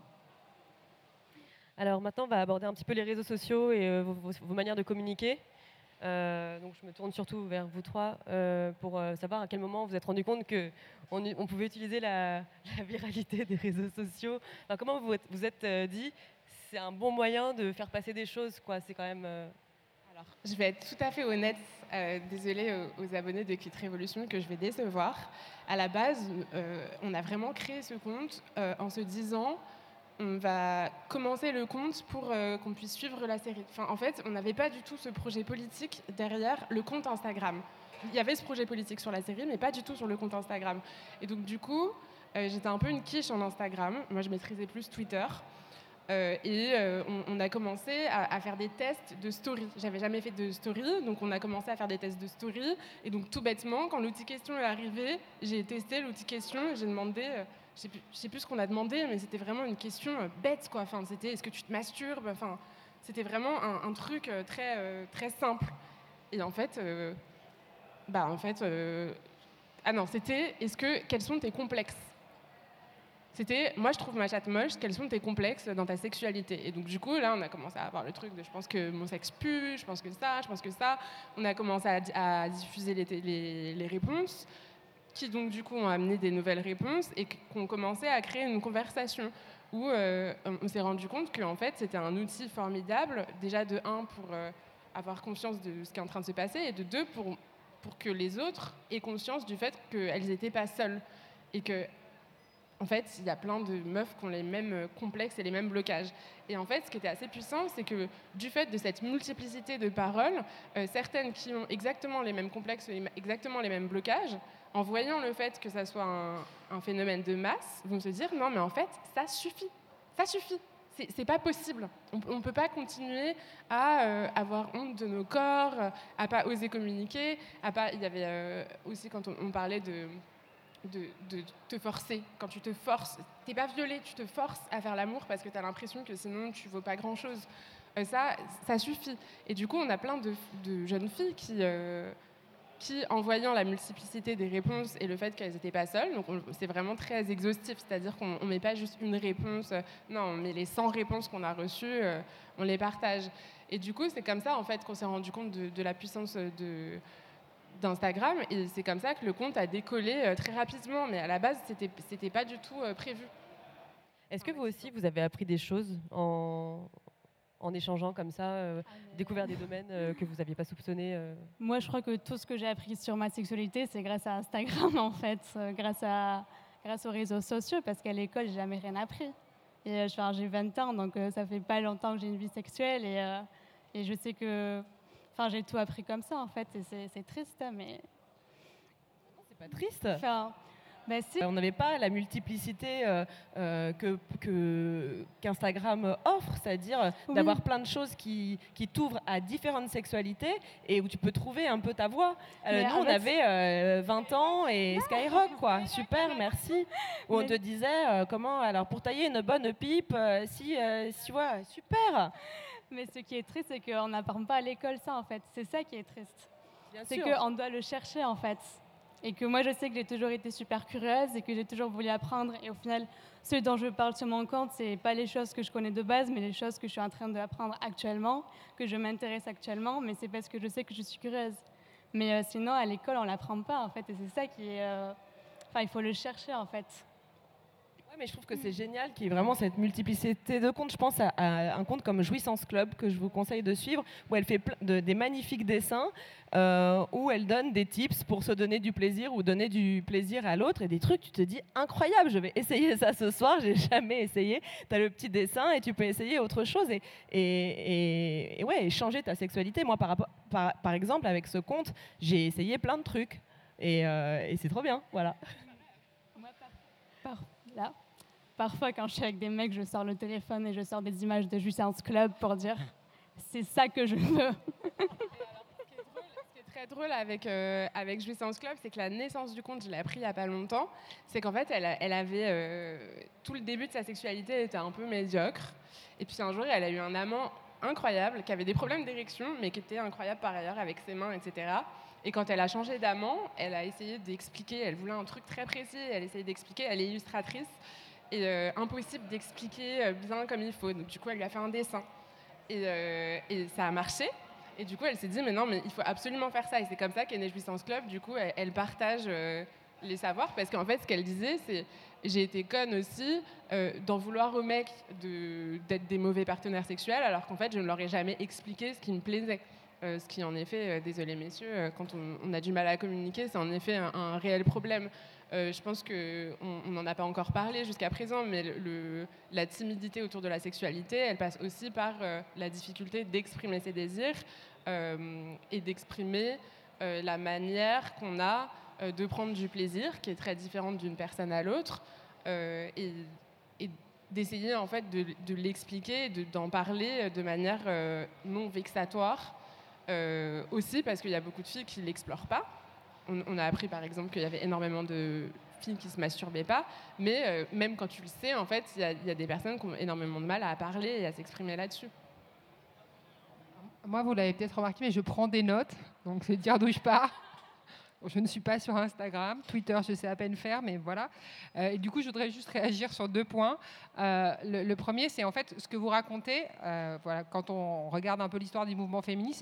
Alors maintenant, on va aborder un petit peu les réseaux sociaux et vos manières de communiquer. Donc je me tourne surtout vers vous trois pour savoir à quel moment vous vous êtes rendu compte qu'on pouvait utiliser la viralité des réseaux sociaux. Enfin, comment vous êtes dit c'est un bon moyen de faire passer des choses, quoi. C'est quand même... Alors, je vais être tout à fait honnête, désolée aux abonnés de Quit Révolution que je vais décevoir. À la base, on a vraiment créé ce compte en se disant on va commencer le compte pour qu'on puisse suivre la série. Enfin, en fait, on n'avait pas du tout ce projet politique derrière le compte Instagram. Il y avait ce projet politique sur la série, mais pas du tout sur le compte Instagram. Et donc, du coup, j'étais un peu une quiche en Instagram. Moi, je maîtrisais plus Twitter. On a commencé à faire des tests de story. J'avais jamais fait de story, donc on a commencé à faire des tests de story. Et donc tout bêtement, quand l'outil question est arrivé, j'ai testé l'outil question et j'ai demandé, je sais plus ce qu'on a demandé, mais c'était vraiment une question bête, quoi. Enfin, c'était est-ce que tu te masturbes? Enfin, c'était vraiment un truc très simple. Et en fait, c'était quels sont tes complexes? C'était, moi je trouve ma chatte moche, quels sont tes complexes dans ta sexualité? Et donc du coup, là, on a commencé à avoir le truc de je pense que mon sexe pue, je pense que ça. On a commencé à diffuser les réponses, qui donc du coup ont amené des nouvelles réponses et qu'on commençait à créer une conversation où on s'est rendu compte qu'en fait, c'était un outil formidable, déjà de 1, pour avoir conscience de ce qui est en train de se passer, et de 2, pour que les autres aient conscience du fait qu'elles n'étaient pas seules. Et que en fait, il y a plein de meufs qui ont les mêmes complexes et les mêmes blocages. Et en fait, ce qui était assez puissant, c'est que du fait de cette multiplicité de paroles, certaines qui ont exactement les mêmes complexes et exactement les mêmes blocages, en voyant le fait que ça soit un phénomène de masse, vont se dire non, mais en fait, ça suffit. Ça suffit. C'est pas possible. On peut pas continuer à avoir honte de nos corps, à pas oser communiquer, il y avait aussi quand on parlait de te forcer. Quand tu te forces, t'es pas violée, tu te forces à faire l'amour parce que tu as l'impression que sinon tu vaux pas grand-chose. Ça suffit. Et du coup, on a plein de jeunes filles qui, en voyant la multiplicité des réponses et le fait qu'elles n'étaient pas seules, donc c'est vraiment très exhaustif, c'est-à-dire qu'on ne met pas juste une réponse, non, on met les 100 réponses qu'on a reçues, on les partage. Et du coup, c'est comme ça en fait qu'on s'est rendu compte de la puissance d'Instagram, et c'est comme ça que le compte a décollé très rapidement, mais à la base c'était pas du tout prévu. Est-ce que vous aussi vous avez appris des choses en échangeant comme ça, découvert des domaines que vous n'aviez pas soupçonnés Moi, je crois que tout ce que j'ai appris sur ma sexualité, c'est grâce à Instagram en fait, grâce aux réseaux sociaux, parce qu'à l'école j'ai jamais rien appris. Et j'ai 20 ans, donc ça fait pas longtemps que j'ai une vie sexuelle, et je sais que j'ai tout appris comme ça, en fait, et c'est triste, mais... C'est pas triste. Si. On n'avait pas la multiplicité qu'Instagram offre, c'est-à-dire d'avoir plein de choses qui t'ouvrent à différentes sexualités et où tu peux trouver un peu ta voix. Nous, on avait 20 ans et Skyrock, quoi. Super, merci. Où on te disait, comment, alors pour tailler une bonne pipe, si ouais, super. Mais ce qui est triste, c'est qu'on n'apprend pas à l'école ça, en fait. C'est ça qui est triste. Bien c'est sûr. qu'on doit le chercher, en fait. Et que moi, je sais que j'ai toujours été super curieuse et que j'ai toujours voulu apprendre. Et au final, ce dont je parle sur mon compte, c'est pas les choses que je connais de base, mais les choses que je suis en train d'apprendre actuellement, que je m'intéresse actuellement, mais c'est parce que je sais que je suis curieuse. Mais sinon, à l'école, on l'apprend pas, en fait, et c'est ça qui est... Enfin, il faut le chercher, en fait. Ouais, mais je trouve que c'est génial qu'il y ait vraiment cette multiplicité de comptes. Je pense à un compte comme Jouissance Club que je vous conseille de suivre, où elle fait des magnifiques dessins, où elle donne des tips pour se donner du plaisir ou donner du plaisir à l'autre, et des trucs, tu te dis, incroyable, je vais essayer ça ce soir, j'ai jamais essayé. Tu as le petit dessin et tu peux essayer autre chose et ouais, changer ta sexualité. Moi, par exemple, avec ce compte, j'ai essayé plein de trucs et c'est trop bien, voilà. Moi, là, parfois, quand je suis avec des mecs, je sors le téléphone et je sors des images de Jouissance Club pour dire c'est ça que je veux. Ce qui est très drôle avec Jouissance Club, c'est que la naissance du compte, je l'ai appris il n'y a pas longtemps. C'est qu'en fait, elle avait tout le début de sa sexualité était un peu médiocre. Et puis un jour, elle a eu un amant incroyable qui avait des problèmes d'érection, mais qui était incroyable par ailleurs avec ses mains, etc. Et quand elle a changé d'amant, elle a essayé d'expliquer. Elle voulait un truc très précis. Elle essayait d'expliquer. Elle est illustratrice. Et impossible d'expliquer bien comme il faut. Donc du coup, elle lui a fait un dessin. Et ça a marché. Et du coup, elle s'est dit, mais non, mais il faut absolument faire ça. Et c'est comme ça qu'est né Jouissance Club. Du coup, elle partage les savoirs. Parce qu'en fait, ce qu'elle disait, c'est, j'ai été conne aussi d'en vouloir aux mecs d'être des mauvais partenaires sexuels, alors qu'en fait, je ne leur ai jamais expliqué ce qui me plaisait. Ce qui, en effet, désolé messieurs, quand on a du mal à communiquer, c'est en effet un réel problème. Je pense qu'on n'en a pas encore parlé jusqu'à présent, mais la timidité autour de la sexualité, elle passe aussi par la difficulté d'exprimer ses désirs et d'exprimer la manière qu'on a de prendre du plaisir, qui est très différente d'une personne à l'autre, et d'essayer en fait de l'expliquer, d'en parler de manière non vexatoire, aussi parce qu'il y a beaucoup de filles qui ne l'explorent pas. On a appris par exemple qu'il y avait énormément de filles qui ne se masturbaient pas, mais même quand tu le sais, en fait, il y a des personnes qui ont énormément de mal à parler et à s'exprimer là-dessus. Moi, vous l'avez peut-être remarqué, mais je prends des notes, donc c'est dire d'où je pars. Je ne suis pas sur Instagram, Twitter, je sais à peine faire, mais voilà. Et du coup, je voudrais juste réagir sur 2 points. Le premier, c'est en fait ce que vous racontez. Voilà, quand on regarde un peu l'histoire du mouvement féministe,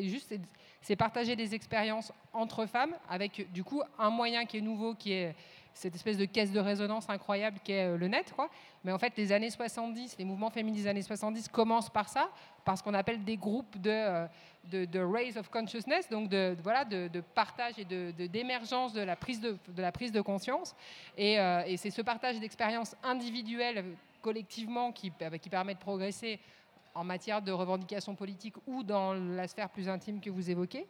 c'est partager des expériences entre femmes, avec du coup un moyen qui est nouveau, qui est cette espèce de caisse de résonance incroyable qu'est le net, quoi. Mais en fait, les années 70, les mouvements féministes des années 70 commencent par ça, par ce qu'on appelle des groupes de raise of consciousness, donc de partage et d'émergence de la prise de conscience. Et c'est ce partage d'expériences individuelles collectivement qui permet de progresser en matière de revendications politiques ou dans la sphère plus intime que vous évoquez,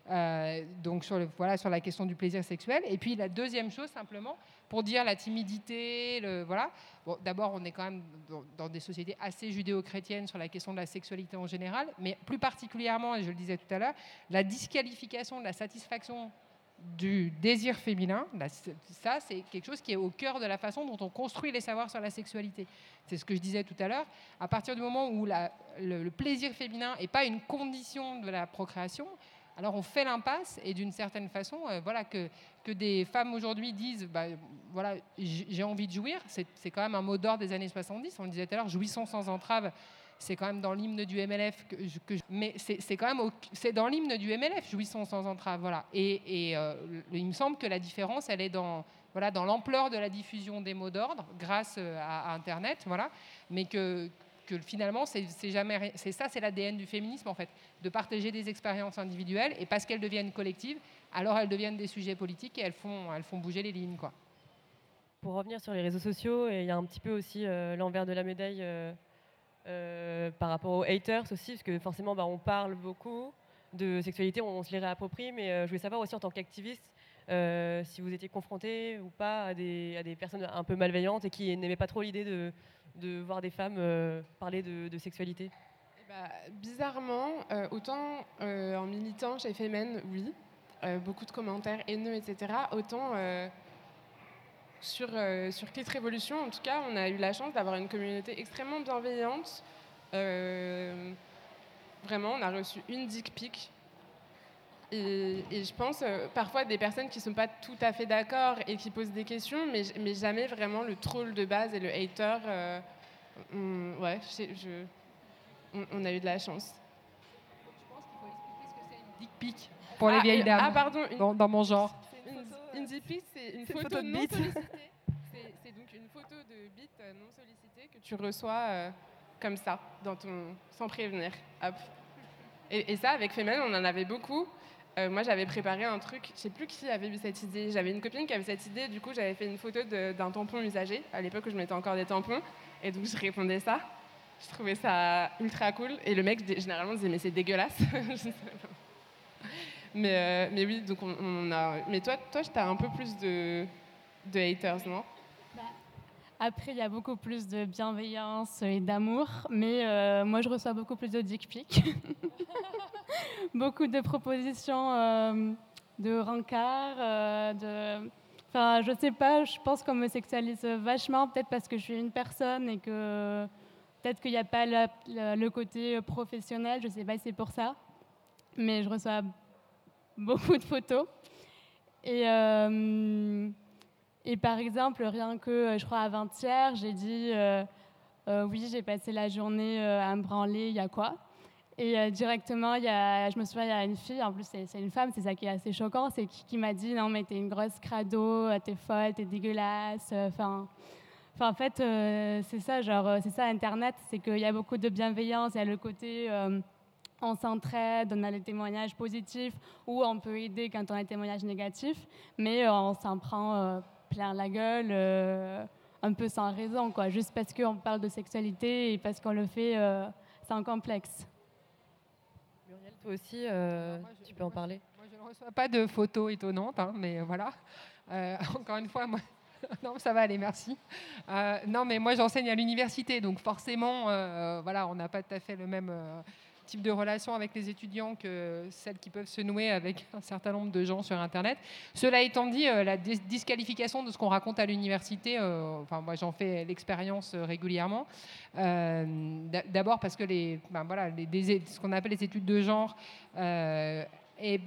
donc sur la question du plaisir sexuel. Et puis la deuxième chose, simplement, pour dire la timidité, Bon, d'abord, on est quand même dans des sociétés assez judéo-chrétiennes sur la question de la sexualité en général, mais plus particulièrement, et je le disais tout à l'heure, la disqualification de la satisfaction du désir féminin, ça c'est quelque chose qui est au cœur de la façon dont on construit les savoirs sur la sexualité. C'est ce que je disais tout à l'heure. À partir du moment où le plaisir féminin n'est pas une condition de la procréation, alors on fait l'impasse, et d'une certaine façon, que des femmes aujourd'hui disent j'ai envie de jouir, c'est quand même un mot d'ordre des années 70. On le disait tout à l'heure, jouissons sans entrave. C'est quand même dans l'hymne du MLF mais c'est quand même c'est dans l'hymne du MLF, jouissons sans entrave, voilà. Et il me semble que la différence, elle est dans l'ampleur de la diffusion des mots d'ordre grâce à Internet, voilà. Mais que finalement, c'est l'ADN du féminisme, en fait, de partager des expériences individuelles, et parce qu'elles deviennent collectives, alors elles deviennent des sujets politiques et elles font bouger les lignes, quoi. Pour revenir sur les réseaux sociaux, il y a un petit peu aussi l'envers de la médaille par rapport aux haters aussi, parce que forcément on parle beaucoup de sexualité, on se les réapproprie, mais je voulais savoir aussi en tant qu'activiste si vous étiez confronté ou pas à des personnes un peu malveillantes et qui n'aimaient pas trop l'idée de voir des femmes parler de sexualité. Bizarrement, autant en militant chez Femen, oui, beaucoup de commentaires haineux, etc., autant sur Clit Révolution, en tout cas, on a eu la chance d'avoir une communauté extrêmement bienveillante. Vraiment, on a reçu une dick pic Et je pense parfois des personnes qui ne sont pas tout à fait d'accord et qui posent des questions, mais jamais vraiment le troll de base et le hater. Ouais, on a eu de la chance. Je pense qu'il faut expliquer ce que c'est une dick pic pour les vieilles dames. Ah, pardon. Dans mon genre. Une dick pic, c'est une photo de non bite. sollicitée. C'est donc une photo de bite non sollicitée que tu reçois comme ça, sans prévenir. Hop. Et ça, avec Femen, on en avait beaucoup. Moi, j'avais préparé un truc, je ne sais plus qui avait eu cette idée. J'avais une copine qui avait cette idée, du coup, j'avais fait une photo d'un tampon usagé. À l'époque où je mettais encore des tampons. Et donc, je répondais ça. Je trouvais ça ultra cool. Et le mec, généralement, disait, mais c'est dégueulasse. mais oui, donc on a... Mais toi, tu as un peu plus de haters, non? Après, il y a beaucoup plus de bienveillance et d'amour, mais moi, je reçois beaucoup plus de dick pics. Beaucoup de propositions de rencard, Enfin, je sais pas, je pense qu'on me sexualise vachement, peut-être parce que je suis une personne et que peut-être qu'il n'y a pas le côté professionnel, je sais pas si c'est pour ça, mais je reçois beaucoup de photos. Et par exemple, rien que, je crois, avant-hier, j'ai dit oui, j'ai passé la journée à me branler, il y a quoi? Et directement, je me souviens, il y a une fille, en plus c'est une femme, c'est ça qui est assez choquant, c'est qui m'a dit non mais t'es une grosse crado, t'es folle, t'es dégueulasse. Enfin, en fait, c'est ça, c'est ça Internet, c'est qu'il y a beaucoup de bienveillance, il y a le côté on s'entraide, on a des témoignages positifs ou on peut aider quand on a des témoignages négatifs, mais on s'en prend plein la gueule, un peu sans raison, quoi, juste parce qu'on parle de sexualité et parce qu'on le fait sans complexe. Muriel, toi aussi, tu peux en parler. Moi, je ne reçois pas de photos étonnantes, hein, mais voilà. Encore une fois, moi... non, ça va aller, merci. Non, mais moi, j'enseigne à l'université, donc forcément, voilà, on n'a pas tout à fait le même type de relation avec les étudiants que celles qui peuvent se nouer avec un certain nombre de gens sur Internet. Cela étant dit, la disqualification de ce qu'on raconte à l'université, enfin, moi, j'en fais l'expérience régulièrement. D'abord parce que ce qu'on appelle les études de genre est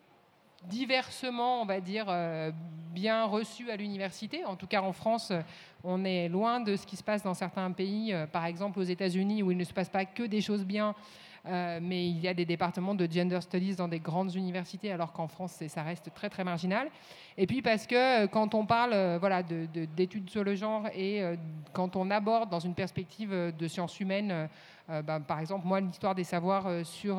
diversement, on va dire, bien reçu à l'université. En tout cas, en France, on est loin de ce qui se passe dans certains pays, par exemple aux États-Unis, où il ne se passe pas que des choses bien, mais il y a des départements de gender studies dans des grandes universités, alors qu'en France, ça reste très, très marginal. Et puis parce que quand on parle d'études sur le genre et quand on aborde dans une perspective de sciences humaines, par exemple, moi, l'histoire des savoirs sur...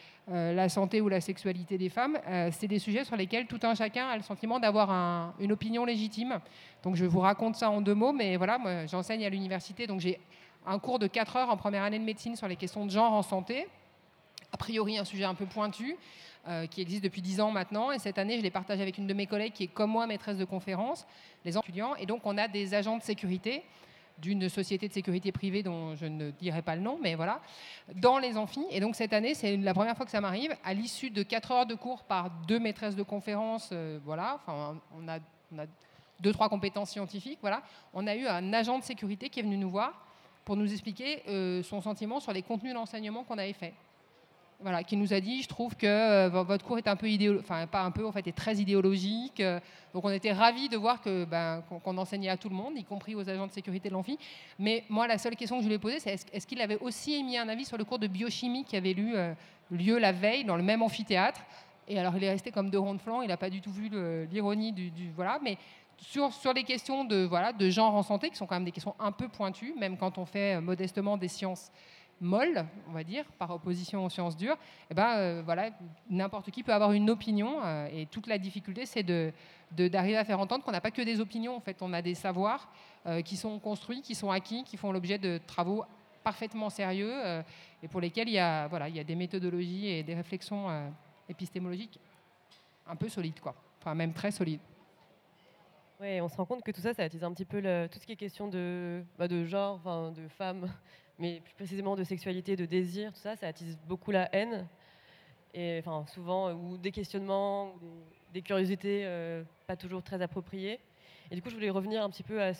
la santé ou la sexualité des femmes, c'est des sujets sur lesquels tout un chacun a le sentiment d'avoir une opinion légitime. Donc je vous raconte ça en 2 mots, mais voilà, moi j'enseigne à l'université, donc j'ai un cours de 4 heures en première année de médecine sur les questions de genre en santé. A priori un sujet un peu pointu, qui existe depuis 10 ans maintenant, et cette année je l'ai partagé avec une de mes collègues qui est comme moi maîtresse de conférence, les étudiants, et donc on a des agents de sécurité d'une société de sécurité privée dont je ne dirai pas le nom, mais voilà, dans les amphis. Et donc cette année, c'est la première fois que ça m'arrive, à l'issue de 4 heures de cours par 2 maîtresses de conférences, voilà, enfin, on a 2-3 compétences scientifiques, voilà, on a eu un agent de sécurité qui est venu nous voir pour nous expliquer son sentiment sur les contenus d'enseignement qu'on avait fait. Voilà, qui nous a dit, je trouve que votre cours est un peu enfin pas un peu, en fait, est très idéologique. Donc on était ravis de voir qu'on enseignait à tout le monde, y compris aux agents de sécurité de l'amphi. Mais moi, la seule question que je lui ai posée, c'est est-ce qu'il avait aussi émis un avis sur le cours de biochimie qui avait eu lieu la veille dans le même amphithéâtre. Et alors il est resté comme 2 ronds de flanc, il n'a pas du tout vu l'ironie du voilà, mais sur les questions de genre en santé, qui sont quand même des questions un peu pointues, même quand on fait modestement des sciences molles, on va dire, par opposition aux sciences dures, voilà, n'importe qui peut avoir une opinion, et toute la difficulté, c'est d'arriver à faire entendre qu'on n'a pas que des opinions, en fait, on a des savoirs qui sont construits, qui sont acquis, qui font l'objet de travaux parfaitement sérieux, et pour lesquels il y a des méthodologies et des réflexions épistémologiques un peu solides, quoi. Enfin, même très solides. Ouais, on se rend compte que tout ça attise un petit peu tout ce qui est question de genre, de femmes, mais plus précisément de sexualité, de désir, tout ça attise beaucoup la haine, et souvent, ou des questionnements, ou des curiosités pas toujours très appropriées. Et du coup, je voulais revenir un petit peu à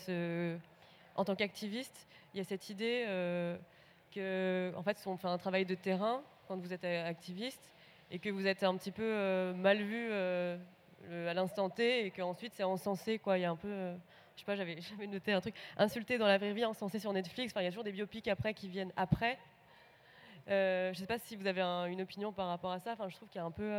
en tant qu'activiste, il y a cette idée que, en fait, on fait un travail de terrain quand vous êtes activiste, et que vous êtes un petit peu mal vu à l'instant T et qu'ensuite c'est encensé, quoi. Il y a un peu, je sais pas, j'avais noté un truc, insulté dans la vraie vie, encensé sur Netflix. Enfin, il y a toujours des biopics après qui viennent après. Je sais pas si vous avez une opinion par rapport à ça. Enfin, je trouve qu'il y a un peu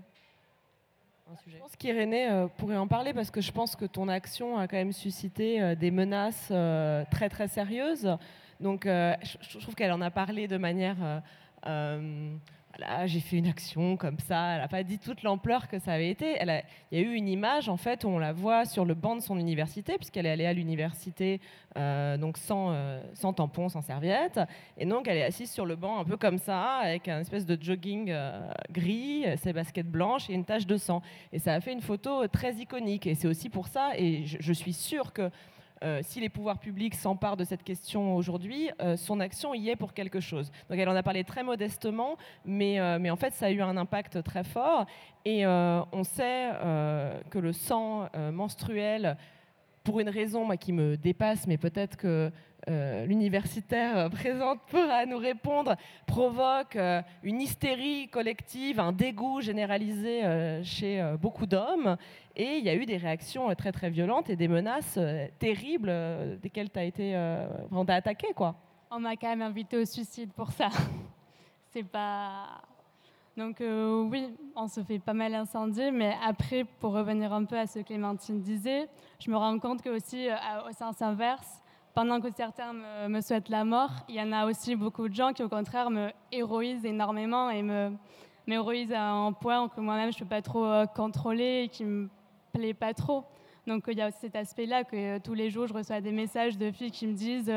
un sujet. Je pense qu'Irénée pourrait en parler parce que je pense que ton action a quand même suscité des menaces très très sérieuses. Donc je trouve qu'elle en a parlé de manière voilà, j'ai fait une action comme ça. Elle n'a pas dit toute l'ampleur que ça avait été. Il y a eu une image en fait où on la voit sur le banc de son université, puisqu'elle est allée à l'université donc sans tampon, sans serviette. Et donc elle est assise sur le banc un peu comme ça, avec un espèce de jogging gris, ses baskets blanches et une tache de sang. Et ça a fait une photo très iconique. Et c'est aussi pour ça, et je suis sûre que si les pouvoirs publics s'emparent de cette question aujourd'hui, son action y est pour quelque chose. Donc elle en a parlé très modestement, mais en fait ça a eu un impact très fort. Et on sait que le sang menstruel, pour une raison moi, qui me dépasse, mais peut-être que l'universitaire présente pourra nous répondre, provoque une hystérie collective, un dégoût généralisé chez beaucoup d'hommes. Et il y a eu des réactions très très violentes et des menaces terribles desquelles tu as été on t'a attaqué, quoi. On m'a quand même invité au suicide pour ça. C'est pas... Donc oui, on se fait pas mal incendier, mais après, pour revenir un peu à ce que Clémentine disait, je me rends compte que aussi au sens inverse, pendant que certains me souhaitent la mort, il y en a aussi beaucoup de gens qui au contraire me héroïsent énormément et m'héroïsent à un point que moi-même je ne peux pas trop contrôler et qui me plaît pas trop. Donc il y a aussi cet aspect-là que tous les jours je reçois des messages de filles qui me disent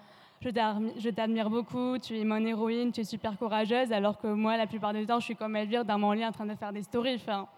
je t'admire beaucoup, tu es mon héroïne, tu es super courageuse, alors que moi la plupart du temps je suis comme Elvire dans mon lit en train de faire des stories. Enfin...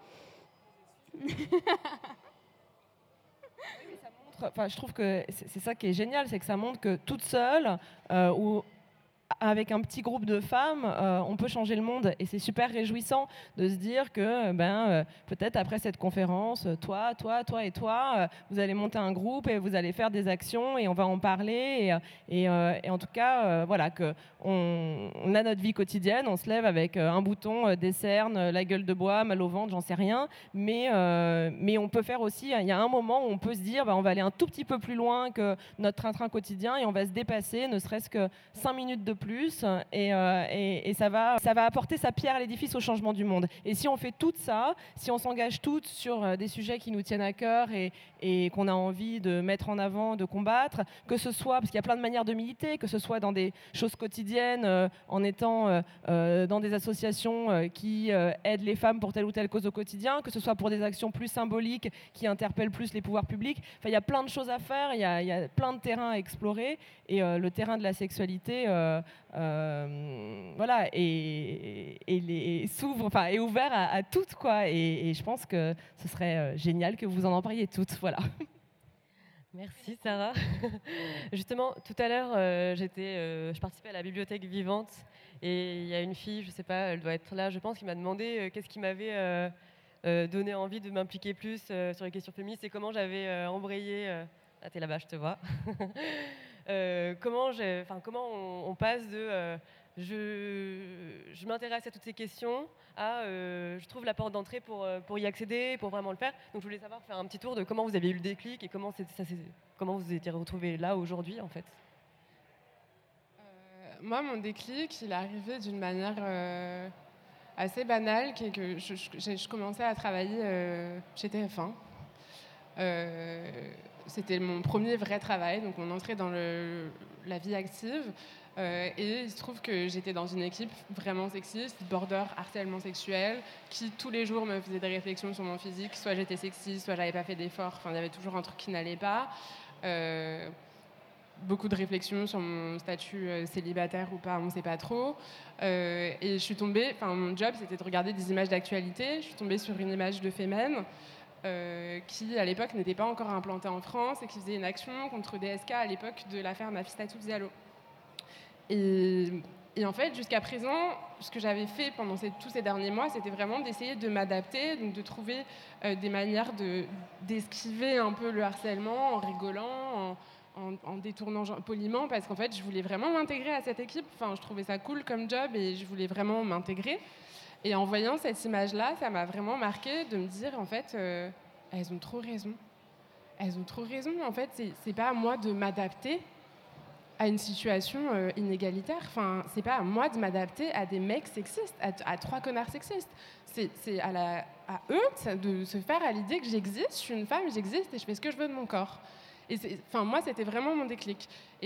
Enfin, je trouve que c'est ça qui est génial, c'est que ça montre que toute seule ou avec un petit groupe de femmes, on peut changer le monde. Et c'est super réjouissant de se dire que peut-être après cette conférence, toi et toi, vous allez monter un groupe et vous allez faire des actions et on va en parler. Et en tout cas, voilà, qu'on a notre vie quotidienne, on se lève avec un bouton, des cernes, la gueule de bois, mal au ventre, j'en sais rien. Mais on peut faire aussi, il y a un moment où on peut se dire, on va aller un tout petit peu plus loin que notre train-train quotidien et on va se dépasser, ne serait-ce que 5 minutes de plus, et ça va apporter sa pierre à l'édifice au changement du monde. Et si on fait tout ça, si on s'engage toutes sur des sujets qui nous tiennent à cœur et qu'on a envie de mettre en avant, de combattre, que ce soit, parce qu'il y a plein de manières de militer, que ce soit dans des choses quotidiennes, en étant dans des associations qui aident les femmes pour telle ou telle cause au quotidien, que ce soit pour des actions plus symboliques qui interpellent plus les pouvoirs publics. Enfin, il y a plein de choses à faire, il y a plein de terrains à explorer, et le terrain de la sexualité voilà, et s'ouvre, enfin, est ouvert à toutes, quoi. Et je pense que ce serait génial que vous en parliez toutes, voilà. Merci Sarah. Justement, tout à l'heure, je participais à la bibliothèque vivante et il y a une fille, je sais pas, elle doit être là, je pense, qui m'a demandé qu'est-ce qui m'avait donné envie de m'impliquer plus sur les questions féministes et comment j'avais embrayé. Là, t'es là-bas, je te vois. Comment on passe de je m'intéresse à toutes ces questions à je trouve la porte d'entrée pour y accéder, pour vraiment le faire. Donc je voulais savoir, faire un petit tour de comment vous aviez eu le déclic et comment vous étiez retrouvés là aujourd'hui en fait. Moi, mon déclic, il est arrivé d'une manière assez banale, qui est que je commençais à travailler chez TF1. C'était mon premier vrai travail, donc on entrait dans la vie active. Et il se trouve que j'étais dans une équipe vraiment sexiste, border harcèlement sexuel, qui tous les jours me faisait des réflexions sur mon physique. Soit j'étais sexiste, soit j'avais pas fait d'efforts. Enfin, il y avait toujours un truc qui n'allait pas. Beaucoup de réflexions sur mon statut célibataire ou pas, on ne sait pas trop. Et je suis tombée, mon job c'était de regarder des images d'actualité. Je suis tombée sur une image de Femen. Qui à l'époque n'était pas encore implantée en France et qui faisait une action contre DSK à l'époque de l'affaire Nafissatou Diallo. Et en fait, jusqu'à présent, ce que j'avais fait pendant tous ces derniers mois, c'était vraiment d'essayer de m'adapter, donc de trouver des manières d'esquiver un peu le harcèlement en rigolant, en détournant poliment, parce qu'en fait, je voulais vraiment m'intégrer à cette équipe. Enfin, je trouvais ça cool comme job et je voulais vraiment m'intégrer. Et en voyant cette image-là, ça m'a vraiment marqué de me dire, en fait, elles ont trop raison. Elles ont trop raison. En fait, c'est pas à moi de m'adapter à une situation inégalitaire. Enfin, c'est pas à moi de m'adapter à des mecs sexistes, à 3 connards sexistes. C'est à eux de se faire à l'idée que j'existe, je suis une femme, j'existe et je fais ce que je veux de mon corps. Et moi, c'était vraiment mon déclic. Et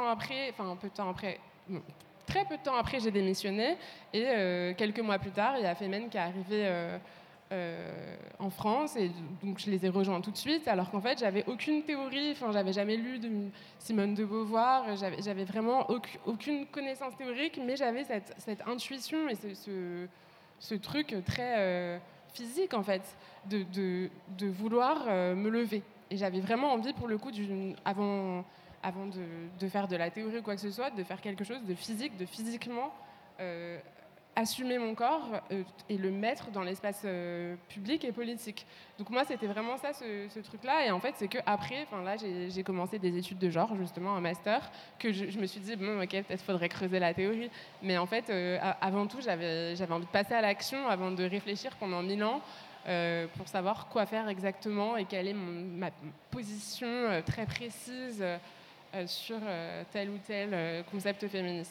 très peu de temps après, j'ai démissionné. Et quelques mois plus tard, il y a Femen qui est arrivé en France. Et donc, je les ai rejoints tout de suite. Alors qu'en fait, j'avais aucune théorie. Enfin, j'avais jamais lu de Simone de Beauvoir. J'avais vraiment aucune connaissance théorique. Mais j'avais cette intuition et ce truc très physique, en fait, de vouloir me lever. Et j'avais vraiment envie, pour le coup, avant de faire de la théorie ou quoi que ce soit, de faire quelque chose de physique, de physiquement assumer mon corps et le mettre dans l'espace public et politique. Donc moi, c'était vraiment ça, ce truc-là. Et en fait, c'est qu'après, là, j'ai commencé des études de genre, justement, un master, que je me suis dit, bon, ok, peut-être faudrait creuser la théorie. Mais en fait, avant tout, j'avais envie de passer à l'action avant de réfléchir pendant 1000 ans pour savoir quoi faire exactement et quelle est ma position très précise sur tel ou tel concept féministe.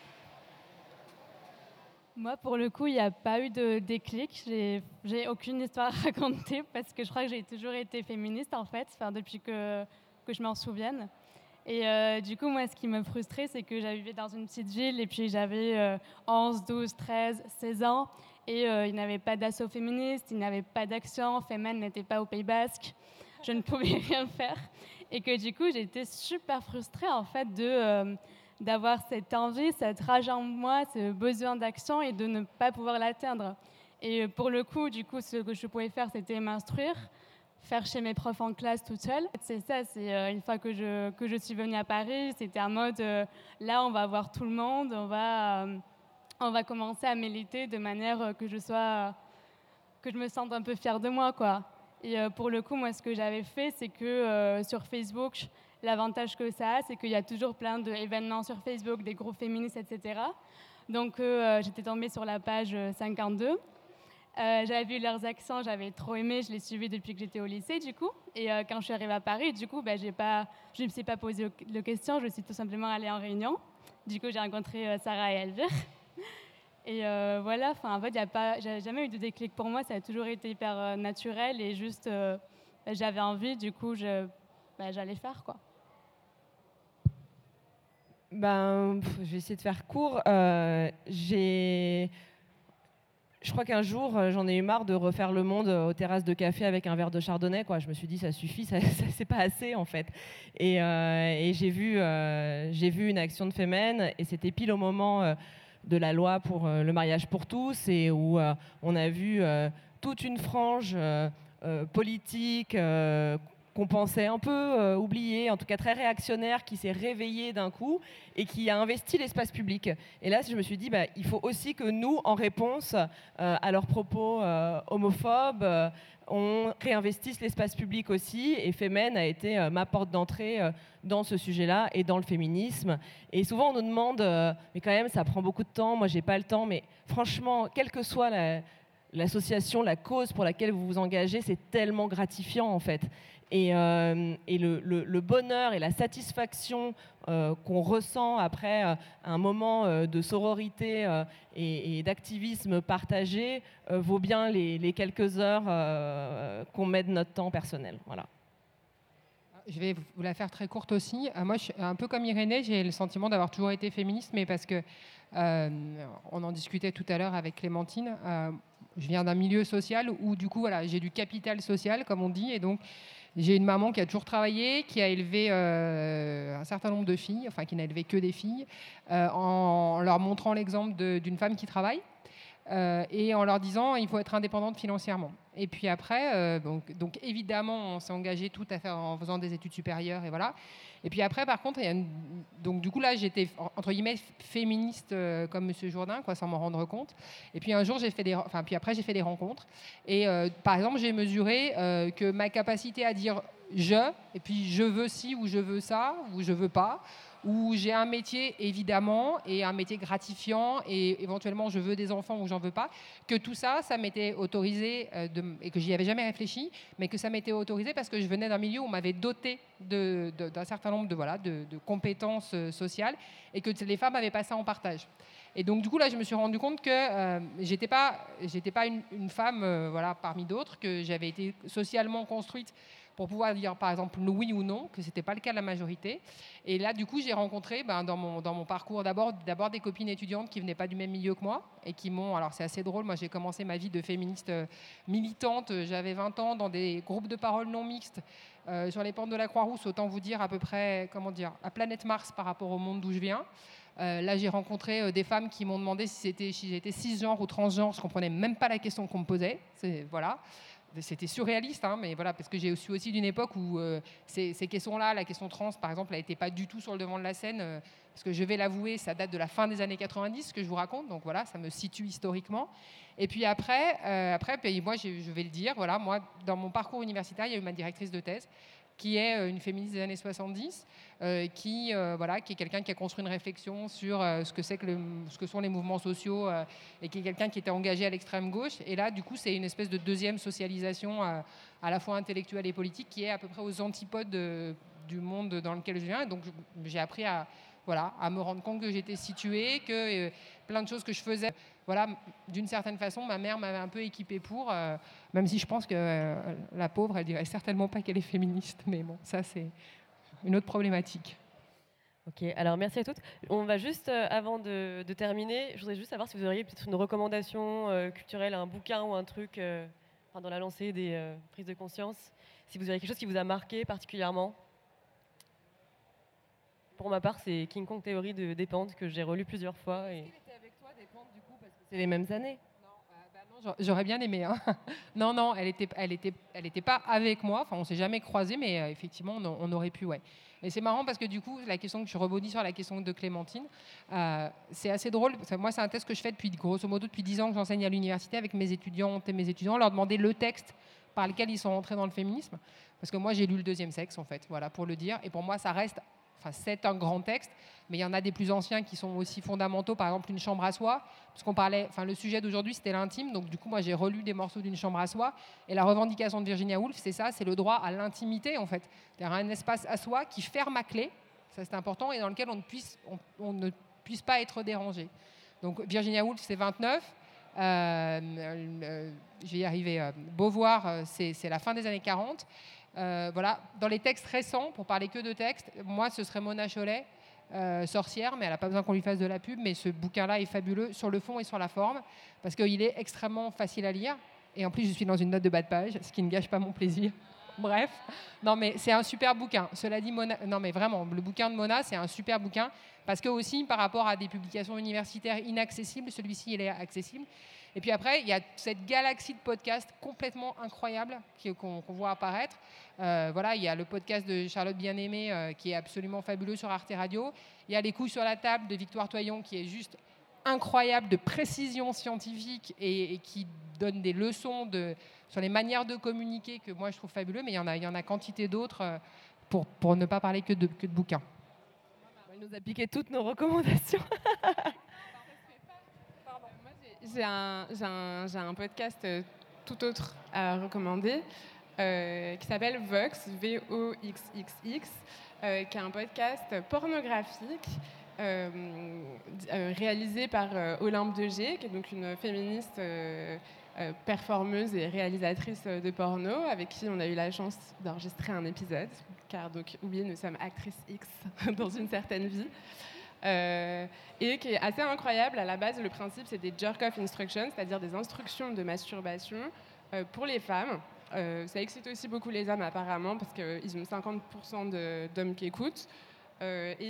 Moi, pour le coup, il n'y a pas eu de déclic. J'ai aucune histoire à raconter parce que je crois que j'ai toujours été féministe, en fait, depuis que je m'en souvienne. Et du coup, moi, ce qui me frustrait, c'est que j'habitais dans une petite ville et puis j'avais 11, 12, 13, 16 ans et il n'y avait pas d'assaut féministe, il n'y avait pas d'action, Femen n'était pas au Pays Basque, je ne pouvais rien faire. Et que du coup, j'étais super frustrée, en fait, d'avoir cette envie, cette rage en moi, ce besoin d'action et de ne pas pouvoir l'atteindre. Et pour le coup, du coup, ce que je pouvais faire, c'était m'instruire, faire chez mes profs en classe toute seule. C'est ça, c'est une fois que je suis venue à Paris, c'était un mode, là, on va voir tout le monde, on va commencer à militer de manière que je me sente un peu fière de moi, quoi. Et pour le coup, moi, ce que j'avais fait, c'est que sur Facebook, l'avantage que ça a, c'est qu'il y a toujours plein d'événements sur Facebook, des groupes féministes, etc. Donc, j'étais tombée sur la page 52. J'avais vu leurs accents, j'avais trop aimé, je les suivais depuis que j'étais au lycée, du coup. Et quand je suis arrivée à Paris, du coup, je ne me suis pas posé de questions, je suis tout simplement allée en réunion. Du coup, j'ai rencontré Sarah et Elvire. Et voilà, en fait, j'ai jamais eu de déclic pour moi, ça a toujours été hyper naturel et juste, j'avais envie, du coup, j'allais faire, quoi. Je vais essayer de faire court. Je crois qu'un jour, j'en ai eu marre de refaire le monde aux terrasses de café avec un verre de chardonnay, quoi. Je me suis dit, ça suffit, ça c'est pas assez, en fait. Et j'ai vu une action de Femen, et c'était pile au moment de la loi pour le mariage pour tous, et où on a vu toute une frange politique qu'on pensait un peu oubliée, en tout cas très réactionnaire, qui s'est réveillée d'un coup et qui a investi l'espace public. Et là, je me suis dit, il faut aussi que nous, en réponse à leurs propos homophobes, on réinvestisse l'espace public aussi. Et Femen a été ma porte d'entrée dans ce sujet-là et dans le féminisme. Et souvent, on nous demande, mais quand même, ça prend beaucoup de temps, moi, j'ai pas le temps. Mais franchement, quelle que soit l'association, la cause pour laquelle vous vous engagez, c'est tellement gratifiant, en fait. Et le bonheur et la satisfaction qu'on ressent après un moment de sororité et d'activisme partagé vaut bien les quelques heures qu'on met de notre temps personnel. Voilà. Je vais vous la faire très courte aussi. Moi, je suis un peu comme Irénée, j'ai le sentiment d'avoir toujours été féministe, mais parce que on en discutait tout à l'heure avec Clémentine. Je viens d'un milieu social où, du coup, voilà, j'ai du capital social, comme on dit, et donc j'ai une maman qui a toujours travaillé, qui a élevé un certain nombre de filles, enfin qui n'a élevé que des filles, en leur montrant l'exemple d'une femme qui travaille et en leur disant il faut être indépendante financièrement. Et puis après, donc évidemment, on s'est engagé tout à faire en faisant des études supérieures et voilà. Et puis après, par contre, donc du coup là, j'étais entre guillemets féministe comme Monsieur Jourdain, quoi, sans m'en rendre compte. Et puis un jour, puis après, j'ai fait des rencontres. Et par exemple, j'ai mesuré que ma capacité à dire et puis je veux ci ou je veux ça ou je veux pas, où j'ai un métier évidemment et un métier gratifiant et éventuellement je veux des enfants ou j'en veux pas, que tout ça, ça m'était autorisé et que j'y avais jamais réfléchi, mais que ça m'était autorisé parce que je venais d'un milieu où on m'avait doté d'un certain nombre de compétences sociales et que les femmes n'avaient pas ça en partage. Et donc du coup là, je me suis rendu compte que j'étais pas une femme parmi d'autres, que j'avais été socialement construite pour pouvoir dire par exemple oui ou non, que ce n'était pas le cas de la majorité. Et là, du coup, j'ai rencontré dans mon parcours d'abord des copines étudiantes qui venaient pas du même milieu que moi et qui m'ont... Alors c'est assez drôle, moi j'ai commencé ma vie de féministe militante, j'avais 20 ans dans des groupes de parole non mixtes sur les pentes de la Croix-Rousse, autant vous dire à peu près, à planète Mars par rapport au monde d'où je viens. Là, j'ai rencontré des femmes qui m'ont demandé si j'étais cisgenre ou transgenre. Je ne comprenais même pas la question qu'on me posait. Voilà. C'était surréaliste, hein, mais voilà, parce que j'ai suis aussi d'une époque où ces questions-là, la question trans, par exemple, elle n'était pas du tout sur le devant de la scène, parce que je vais l'avouer, ça date de la fin des années 90, ce que je vous raconte, donc voilà, ça me situe historiquement. Et puis après moi, je vais le dire, voilà, moi, dans mon parcours universitaire, il y a eu ma directrice de thèse, qui est une féministe des années 70, qui est quelqu'un qui a construit une réflexion sur ce que sont les mouvements sociaux et qui est quelqu'un qui était engagé à l'extrême gauche. Et là, du coup, c'est une espèce de deuxième socialisation à la fois intellectuelle et politique qui est à peu près aux antipodes du monde dans lequel je viens. Et donc, j'ai appris à me rendre compte que j'étais située, que plein de choses que je faisais, d'une certaine façon, ma mère m'avait un peu équipée pour, même si je pense que la pauvre, elle dirait certainement pas qu'elle est féministe, mais bon, ça c'est une autre problématique. Ok, alors merci à toutes. On va juste, avant de terminer, je voudrais juste savoir si vous auriez peut-être une recommandation culturelle, un bouquin ou un truc dans la lancée des prises de conscience, si vous auriez quelque chose qui vous a marqué particulièrement. Pour ma part, c'est King Kong Theory de Despentes que j'ai relu plusieurs fois. Est-ce qu'il était avec toi, Despentes, du coup, parce que c'est les mêmes années? Non, j'aurais bien aimé. Hein. Non, elle était pas avec moi. Enfin, on s'est jamais croisés, mais effectivement, on aurait pu, ouais. Et c'est marrant parce que du coup, la question que je rebondis sur la question de Clémentine, c'est assez drôle. Moi, c'est un test que je fais grosso modo depuis 10 ans que j'enseigne à l'université avec mes étudiantes et mes étudiants, leur demander le texte par lequel ils sont rentrés dans le féminisme. Parce que moi, j'ai lu Le Deuxième Sexe, en fait, voilà, pour le dire. Et pour moi, ça reste... c'est un grand texte, mais il y en a des plus anciens qui sont aussi fondamentaux, par exemple Une chambre à soi, parce qu'on parlait, le sujet d'aujourd'hui c'était l'intime, donc du coup moi j'ai relu des morceaux d'Une chambre à soi, et la revendication de Virginia Woolf, c'est ça, c'est le droit à l'intimité en fait, c'est-à-dire un espace à soi qui ferme à clé, ça c'est important, et dans lequel on ne puisse pas être dérangé. Donc Virginia Woolf c'est 29, je vais y arriver, Beauvoir c'est la fin des années 40. Dans les textes récents, pour parler que de textes, moi ce serait Mona Chollet, sorcière, mais elle n'a pas besoin qu'on lui fasse de la pub, mais ce bouquin-là est fabuleux sur le fond et sur la forme, parce qu'il est extrêmement facile à lire, et en plus je suis dans une note de bas de page, ce qui ne gâche pas mon plaisir. Bref, non mais c'est un super bouquin. Cela dit, non mais vraiment, le bouquin de Mona, c'est un super bouquin, parce que aussi par rapport à des publications universitaires inaccessibles, celui-ci il est accessible. Et puis après, il y a cette galaxie de podcasts complètement incroyable qu'on voit apparaître. Il y a le podcast de Charlotte Bien-Aimée qui est absolument fabuleux sur Arte Radio. Il y a Les couilles sur la table de Victoire Toyon qui est juste incroyable, de précision scientifique et qui donne des leçons sur les manières de communiquer que moi je trouve fabuleux. Mais il y en a quantité d'autres pour ne pas parler que de bouquins. Elle nous a piqué toutes nos recommandations. J'ai un podcast tout autre à recommander qui s'appelle Vox, VOXXX, qui est un podcast pornographique réalisé par Olympe de G, qui est donc une féministe performeuse et réalisatrice de porno, avec qui on a eu la chance d'enregistrer un épisode, car donc, oubliez, nous sommes actrices X dans une certaine vie. Et qui est assez incroyable. À la base, le principe, c'est des jerk-off instructions, c'est-à-dire des instructions de masturbation pour les femmes. Ça excite aussi beaucoup les hommes, apparemment, parce qu'ils ont 50% d'hommes qui écoutent.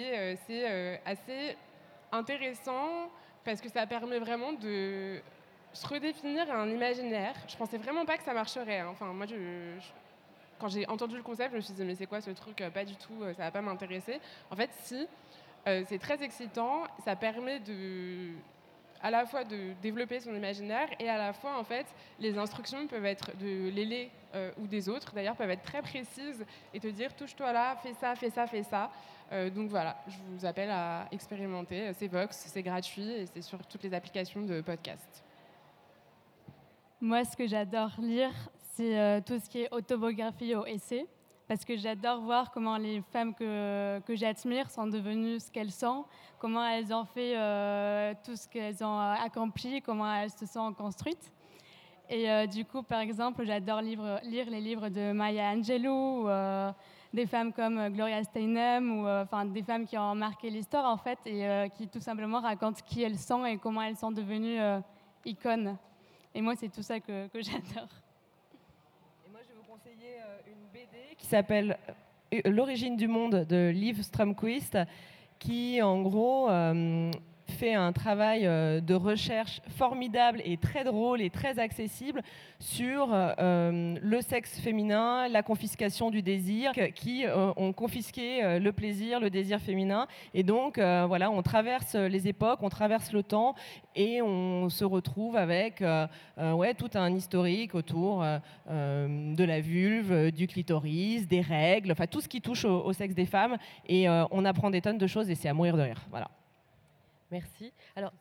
C'est assez intéressant, parce que ça permet vraiment se redéfinir un imaginaire. Je pensais vraiment pas que ça marcherait, hein. Enfin, moi, quand j'ai entendu le concept, je me suis dit mais c'est quoi ce truc? Pas du tout, ça va pas m'intéresser. En fait, si, c'est très excitant. Ça permet à la fois de développer son imaginaire et à la fois, en fait, les instructions peuvent être de Lélé ou des autres, d'ailleurs, peuvent être très précises et te dire touche-toi là, fais ça, fais ça, fais ça. Donc voilà, je vous appelle à expérimenter. C'est Vox, c'est gratuit et c'est sur toutes les applications de podcast. Moi, ce que j'adore lire, c'est tout ce qui est autobiographie ou essai, parce que j'adore voir comment les femmes que j'admire sont devenues ce qu'elles sont, comment elles ont fait tout ce qu'elles ont accompli, comment elles se sont construites. Et du coup, par exemple, j'adore lire les livres de Maya Angelou, ou des femmes comme Gloria Steinem, ou enfin des femmes qui ont marqué l'histoire, en fait, et qui tout simplement racontent qui elles sont et comment elles sont devenues icônes. Et moi, c'est tout ça que j'adore. Et moi, je vais vous conseiller une BD qui s'appelle L'origine du monde de Liv Strömquist, qui, en gros, fait un travail de recherche formidable et très drôle et très accessible sur le sexe féminin, la confiscation du désir, qui ont confisqué le plaisir, le désir féminin. Et donc, voilà, on traverse les époques, on traverse le temps et on se retrouve avec tout un historique autour de la vulve, du clitoris, des règles, enfin tout ce qui touche au sexe des femmes. Et on apprend des tonnes de choses et c'est à mourir de rire. Voilà. Merci. Alors,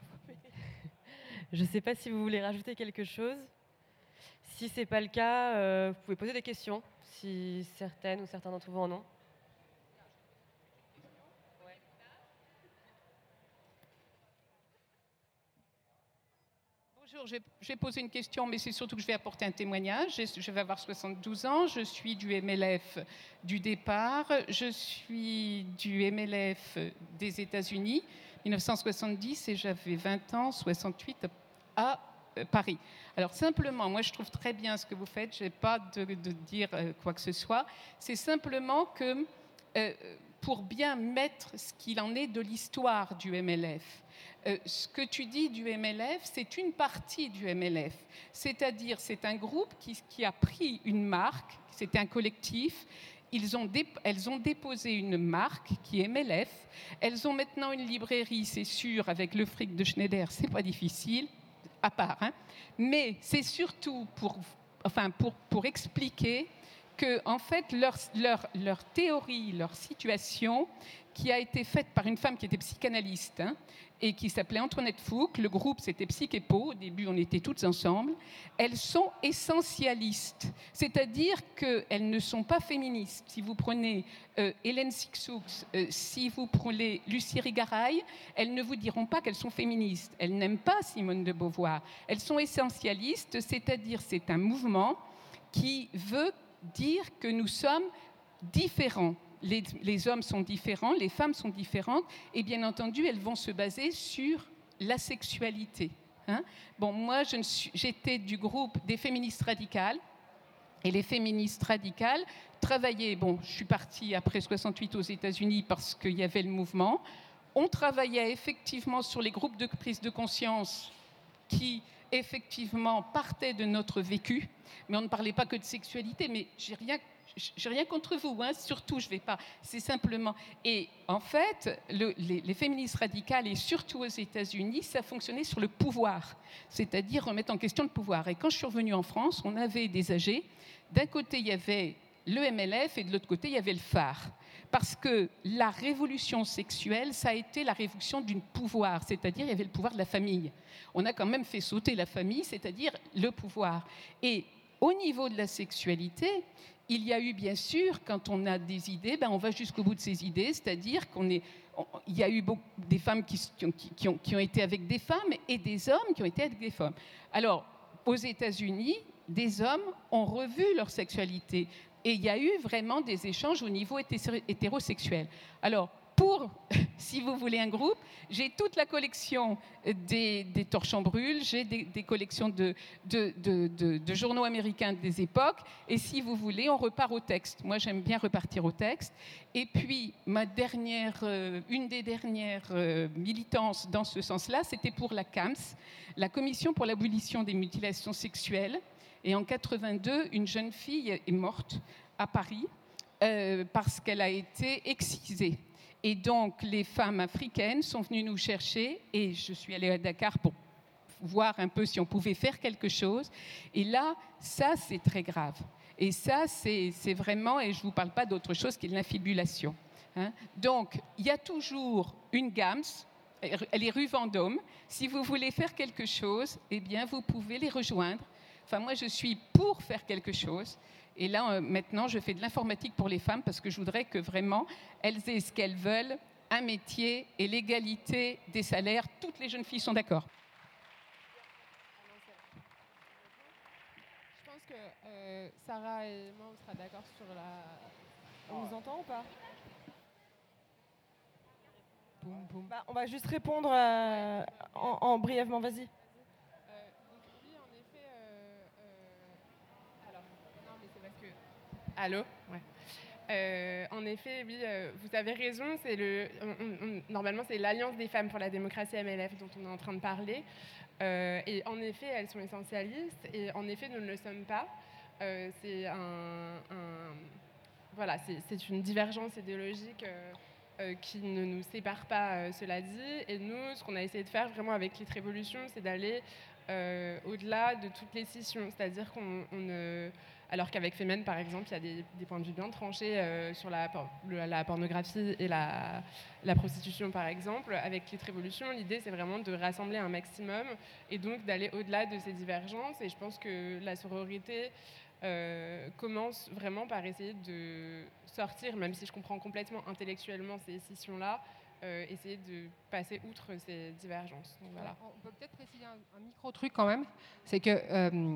je ne sais pas si vous voulez rajouter quelque chose. Si ce n'est pas le cas, vous pouvez poser des questions, si certaines ou certains d'entre vous en ont. Bonjour, je vais poser une question, mais c'est surtout que je vais apporter un témoignage. Je vais avoir 72 ans, je suis du MLF du départ, je suis du MLF des États-Unis, 1970, et j'avais 20 ans, 68, à Paris. Alors simplement, moi je trouve très bien ce que vous faites, je n'ai pas de dire quoi que ce soit, c'est simplement que pour bien mettre ce qu'il en est de l'histoire du MLF, ce que tu dis du MLF, c'est une partie du MLF. C'est-à-dire, c'est un groupe qui a pris une marque, c'est un collectif. Elles ont déposé une marque qui est MLF. Elles ont maintenant une librairie, c'est sûr, avec le fric de Schneider, c'est pas difficile, à part. Hein. Mais c'est surtout pour expliquer que, en fait, leur théorie, leur situation, qui a été faite par une femme qui était psychanalyste, hein, et qui s'appelait Antoinette Fouque, le groupe c'était Psy-Kepo, au début on était toutes ensemble, elles sont essentialistes, c'est-à-dire qu'elles ne sont pas féministes. Si vous prenez Hélène Cixous, si vous prenez Lucie Rigaray, elles ne vous diront pas qu'elles sont féministes, elles n'aiment pas Simone de Beauvoir, elles sont essentialistes, c'est-à-dire c'est un mouvement qui veut dire que nous sommes différents. Les hommes sont différents, les femmes sont différentes, et bien entendu, elles vont se baser sur la sexualité. Hein. Bon, moi, j'étais du groupe des féministes radicales, et les féministes radicales travaillaient, bon, je suis partie après 68 aux États-Unis parce qu'il y avait le mouvement, on travaillait effectivement sur les groupes de prise de conscience qui, effectivement, partaient de notre vécu, mais on ne parlait pas que de sexualité, mais j'ai rien contre vous, hein, surtout, je ne vais pas. C'est simplement... Et en fait, les féministes radicales, et surtout aux États-Unis, ça fonctionnait sur le pouvoir, c'est-à-dire remettre en question le pouvoir. Et quand je suis revenue en France, on avait des AG. D'un côté, il y avait le MLF et de l'autre côté, il y avait le phare. Parce que la révolution sexuelle, ça a été la révolution du pouvoir, c'est-à-dire il y avait le pouvoir de la famille. On a quand même fait sauter la famille, c'est-à-dire le pouvoir. Et au niveau de la sexualité, il y a eu, bien sûr, quand on a des idées, on va jusqu'au bout de ces idées, c'est-à-dire il y a eu des femmes qui ont été avec des femmes et des hommes qui ont été avec des femmes. Alors, aux États-Unis, des hommes ont revu leur sexualité et il y a eu vraiment des échanges au niveau hétérosexuel. Alors, pour Si vous voulez un groupe, j'ai toute la collection des Torches en Brûle, j'ai des collections de journaux américains des époques. Et si vous voulez, on repart au texte. Moi, j'aime bien repartir au texte. Et puis, une des dernières militances dans ce sens-là, c'était pour la CAMS, la Commission pour l'abolition des mutilations sexuelles. Et en 82, une jeune fille est morte à Paris parce qu'elle a été excisée. Et donc, les femmes africaines sont venues nous chercher et je suis allée à Dakar pour voir un peu si on pouvait faire quelque chose. Et là, ça, c'est très grave. Et ça, c'est vraiment, et je ne vous parle pas d'autre chose qu'une infibulation. Hein. Donc, il y a toujours une GAMS, elle est rue Vendôme. Si vous voulez faire quelque chose, eh bien, vous pouvez les rejoindre. Enfin, moi, je suis pour faire quelque chose. Et là, maintenant, je fais de l'informatique pour les femmes parce que je voudrais que vraiment, elles aient ce qu'elles veulent, un métier et l'égalité des salaires. Toutes les jeunes filles sont d'accord. Je pense que Sarah et moi, on sera d'accord sur la... On nous entend ou pas? Boum, boum. Bah, on va juste répondre brièvement, vas-y. Allô? Ouais. En effet, oui, vous avez raison. Normalement, c'est l'Alliance des femmes pour la démocratie MLF dont on est en train de parler. Et en effet, elles sont essentialistes. Et en effet, nous ne le sommes pas. Voilà, c'est une divergence idéologique qui ne nous sépare pas, cela dit. Et nous, ce qu'on a essayé de faire vraiment avec Lit Révolution, c'est d'aller au-delà de toutes les scissions. C'est-à-dire alors qu'avec Femen, par exemple, il y a des points de vue bien tranchés sur la pornographie et la prostitution, par exemple. Avec Lit Révolution, l'idée, c'est vraiment de rassembler un maximum et donc d'aller au-delà de ces divergences. Et je pense que la sororité commence vraiment par essayer de sortir, même si je comprends complètement intellectuellement ces scissions-là, essayer de passer outre ces divergences. Donc, voilà. On peut peut-être préciser un micro-truc quand même, c'est que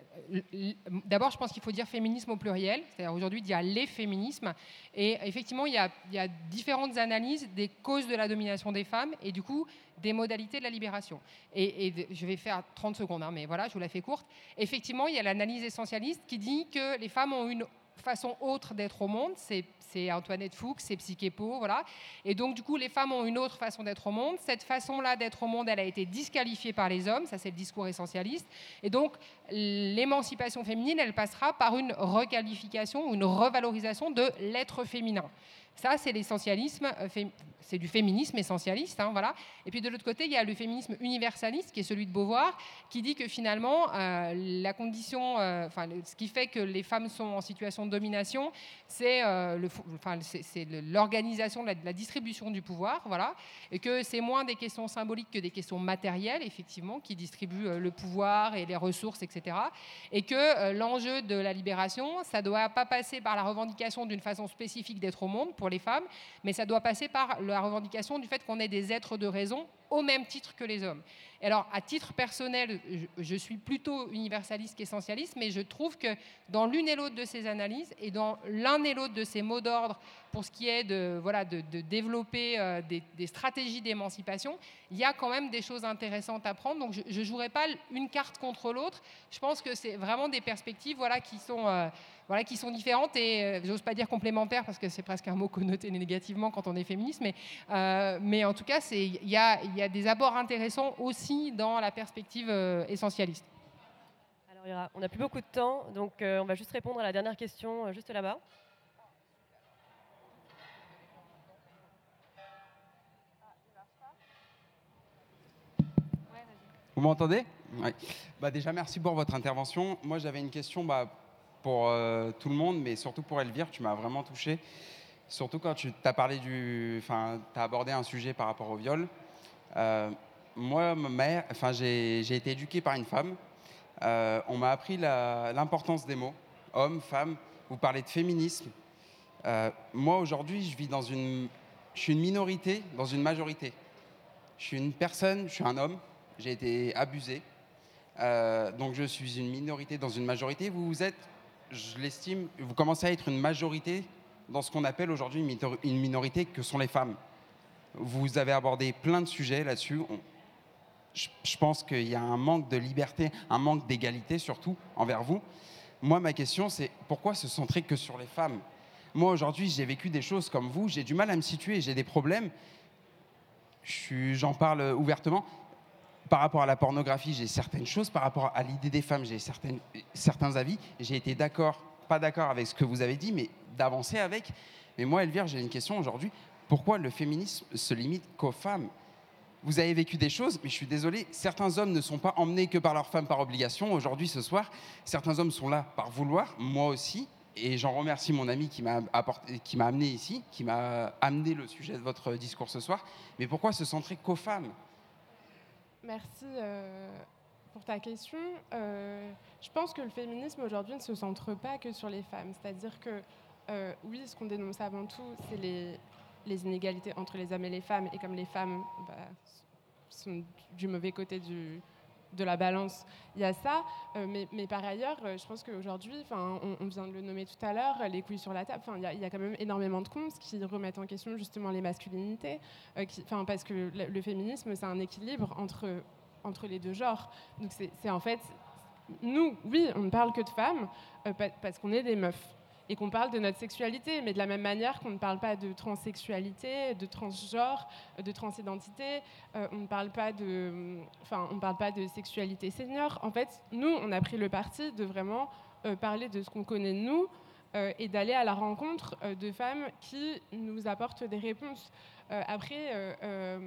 d'abord, je pense qu'il faut dire féminisme au pluriel, c'est-à-dire aujourd'hui il y a les féminismes, et effectivement il y a différentes analyses des causes de la domination des femmes et du coup des modalités de la libération. Et je vais faire 30 secondes, hein, mais voilà, je vous la fais courte. Effectivement, il y a l'analyse essentialiste qui dit que les femmes ont une façon autre d'être au monde, c'est Antoinette Fuchs, c'est Psyché Po, voilà. Et donc, du coup, les femmes ont une autre façon d'être au monde. Cette façon-là d'être au monde, elle a été disqualifiée par les hommes, ça c'est le discours essentialiste. Et donc, l'émancipation féminine, elle passera par une requalification, une revalorisation de l'être féminin. Ça, c'est l'essentialisme, c'est du féminisme essentialiste, hein, voilà. Et puis de l'autre côté, il y a le féminisme universaliste, qui est celui de Beauvoir, qui dit que finalement, la condition, ce qui fait que les femmes sont en situation de domination, c'est l'organisation de la distribution du pouvoir, voilà, et que c'est moins des questions symboliques que des questions matérielles, effectivement, qui distribuent le pouvoir et les ressources, etc. Et que l'enjeu de la libération, ça ne doit pas passer par la revendication d'une façon spécifique d'être au monde pour les femmes, mais ça doit passer par la revendication du fait qu'on est des êtres de raison au même titre que les hommes. Et alors, à titre personnel, je suis plutôt universaliste qu'essentialiste, mais je trouve que dans l'une et l'autre de ces analyses et dans l'un et l'autre de ces mots d'ordre pour ce qui est de développer des stratégies d'émancipation, il y a quand même des choses intéressantes à prendre. Donc, je ne jouerai pas une carte contre l'autre. Je pense que c'est vraiment des perspectives qui sont différentes et j'ose pas dire complémentaires parce que c'est presque un mot connoté négativement quand on est féministe, mais en tout cas, il y a des abords intéressants aussi dans la perspective essentialiste. Alors, on n'a plus beaucoup de temps, donc on va juste répondre à la dernière question juste là-bas. Vous m'entendez? Oui. Déjà, merci pour votre intervention. Moi, j'avais une question pour tout le monde, mais surtout pour Elvire. Tu m'as vraiment touché. Surtout quand tu as parlé t'as abordé un sujet par rapport au viol. Moi, ma mère, j'ai été éduqué par une femme. On m'a appris l'importance des mots, homme, femme. Vous parlez de féminisme. Moi, aujourd'hui, je suis une minorité dans une majorité. Je suis une personne, je suis un homme. J'ai été abusé. Donc, je suis une minorité dans une majorité. Vous êtes, je l'estime, vous commencez à être une majorité dans ce qu'on appelle aujourd'hui une minorité que sont les femmes. Vous avez abordé plein de sujets là-dessus. Je pense qu'il y a un manque de liberté, un manque d'égalité surtout envers vous. Moi, ma question, c'est pourquoi se centrer que sur les femmes ? Moi, aujourd'hui, j'ai vécu des choses comme vous, j'ai du mal à me situer, j'ai des problèmes. J'en parle ouvertement. Par rapport à la pornographie, j'ai certaines choses. Par rapport à l'idée des femmes, j'ai certains avis. J'ai été pas d'accord avec ce que vous avez dit, mais d'avancer avec. Mais moi, Elvire, j'ai une question aujourd'hui. Pourquoi le féminisme se limite qu'aux femmes ? Vous avez vécu des choses, mais je suis désolé, certains hommes ne sont pas emmenés que par leurs femmes par obligation. Aujourd'hui, ce soir, certains hommes sont là par vouloir, moi aussi. Et j'en remercie mon ami qui m'a amené ici, qui m'a amené le sujet de votre discours ce soir. Mais pourquoi se centrer qu'aux femmes ? Merci pour ta question. Je pense que le féminisme aujourd'hui ne se centre pas que sur les femmes. C'est-à-dire que, oui, ce qu'on dénonce avant tout, c'est les inégalités entre les hommes et les femmes. Et comme les femmes sont du mauvais côté de la balance, il y a ça. Mais par ailleurs, je pense qu'aujourd'hui, on vient de le nommer tout à l'heure, les couilles sur la table, il y a quand même énormément de comptes qui remettent en question justement les masculinités, parce que le féminisme, c'est un équilibre entre les deux genres. Donc c'est en fait, nous, oui, on ne parle que de femmes, parce qu'on est des meufs. Et qu'on parle de notre sexualité, mais de la même manière qu'on ne parle pas de transsexualité, de transgenre, de transidentité, on ne parle pas de sexualité senior. En fait, nous, on a pris le parti de vraiment parler de ce qu'on connaît de nous et d'aller à la rencontre de femmes qui nous apportent des réponses. Après,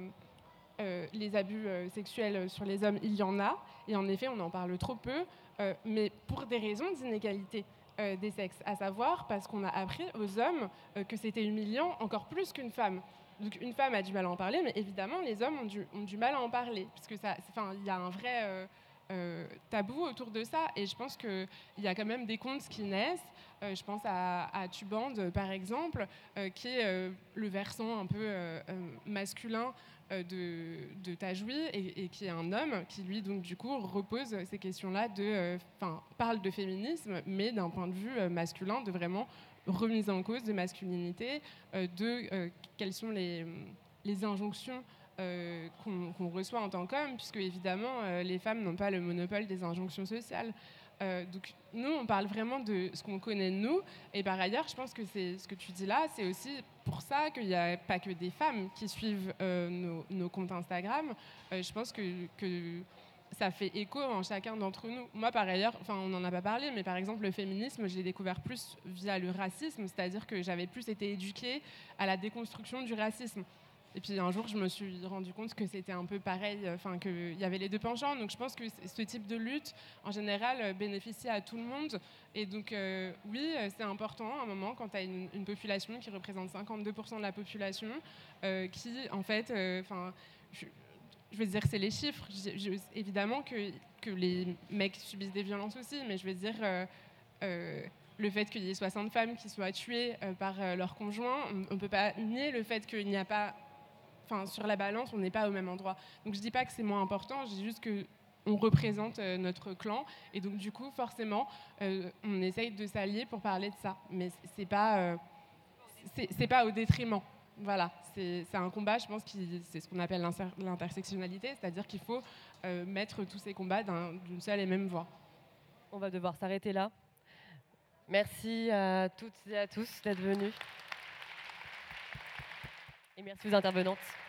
les abus sexuels sur les hommes, il y en a, et en effet, on en parle trop peu, mais pour des raisons d'inégalité des sexes, à savoir parce qu'on a appris aux hommes que c'était humiliant encore plus qu'une femme. Donc une femme a du mal à en parler, mais évidemment les hommes ont du mal à en parler, parce que il y a un vrai tabou autour de ça, et je pense qu'il y a quand même des contes qui naissent. Je pense à Tuband, par exemple, qui est le versant un peu masculin de Tajoui, et qui est un homme qui, lui, donc, du coup, repose ces questions-là, parle de féminisme, mais d'un point de vue masculin, de vraiment remise en cause de masculinité, quelles sont les injonctions qu'on reçoit en tant qu'homme, puisque évidemment les femmes n'ont pas le monopole des injonctions sociales. Donc nous, on parle vraiment de ce qu'on connaît de nous, et par ailleurs, je pense que c'est ce que tu dis là, c'est aussi pour ça qu'il n'y a pas que des femmes qui suivent nos comptes Instagram. Je pense que ça fait écho en chacun d'entre nous. Moi, par ailleurs, on n'en a pas parlé, mais par exemple, le féminisme, je l'ai découvert plus via le racisme, c'est-à-dire que j'avais plus été éduquée à la déconstruction du racisme. Et puis un jour, je me suis rendu compte que c'était un peu pareil, qu'il y avait les deux penchants. Donc je pense que ce type de lutte, en général, bénéficie à tout le monde. Et donc oui, c'est important à un moment quand tu as une population qui représente 52% de la population, qui en fait, je veux dire, c'est les chiffres. Évidemment que les mecs subissent des violences aussi, mais je veux dire, le fait qu'il y ait 60 femmes qui soient tuées par leur conjoint, on ne peut pas nier le fait qu'il n'y a pas... sur la balance, on n'est pas au même endroit. Donc je dis pas que c'est moins important, je dis juste qu'on représente notre clan, et donc du coup, forcément, on essaye de s'allier pour parler de ça. Mais c'est pas au détriment. Voilà, c'est un combat, je pense, c'est ce qu'on appelle l'intersectionnalité, c'est-à-dire qu'il faut mettre tous ces combats d'une seule et même voie. On va devoir s'arrêter là. Merci à toutes et à tous d'être venus. Et merci aux intervenantes.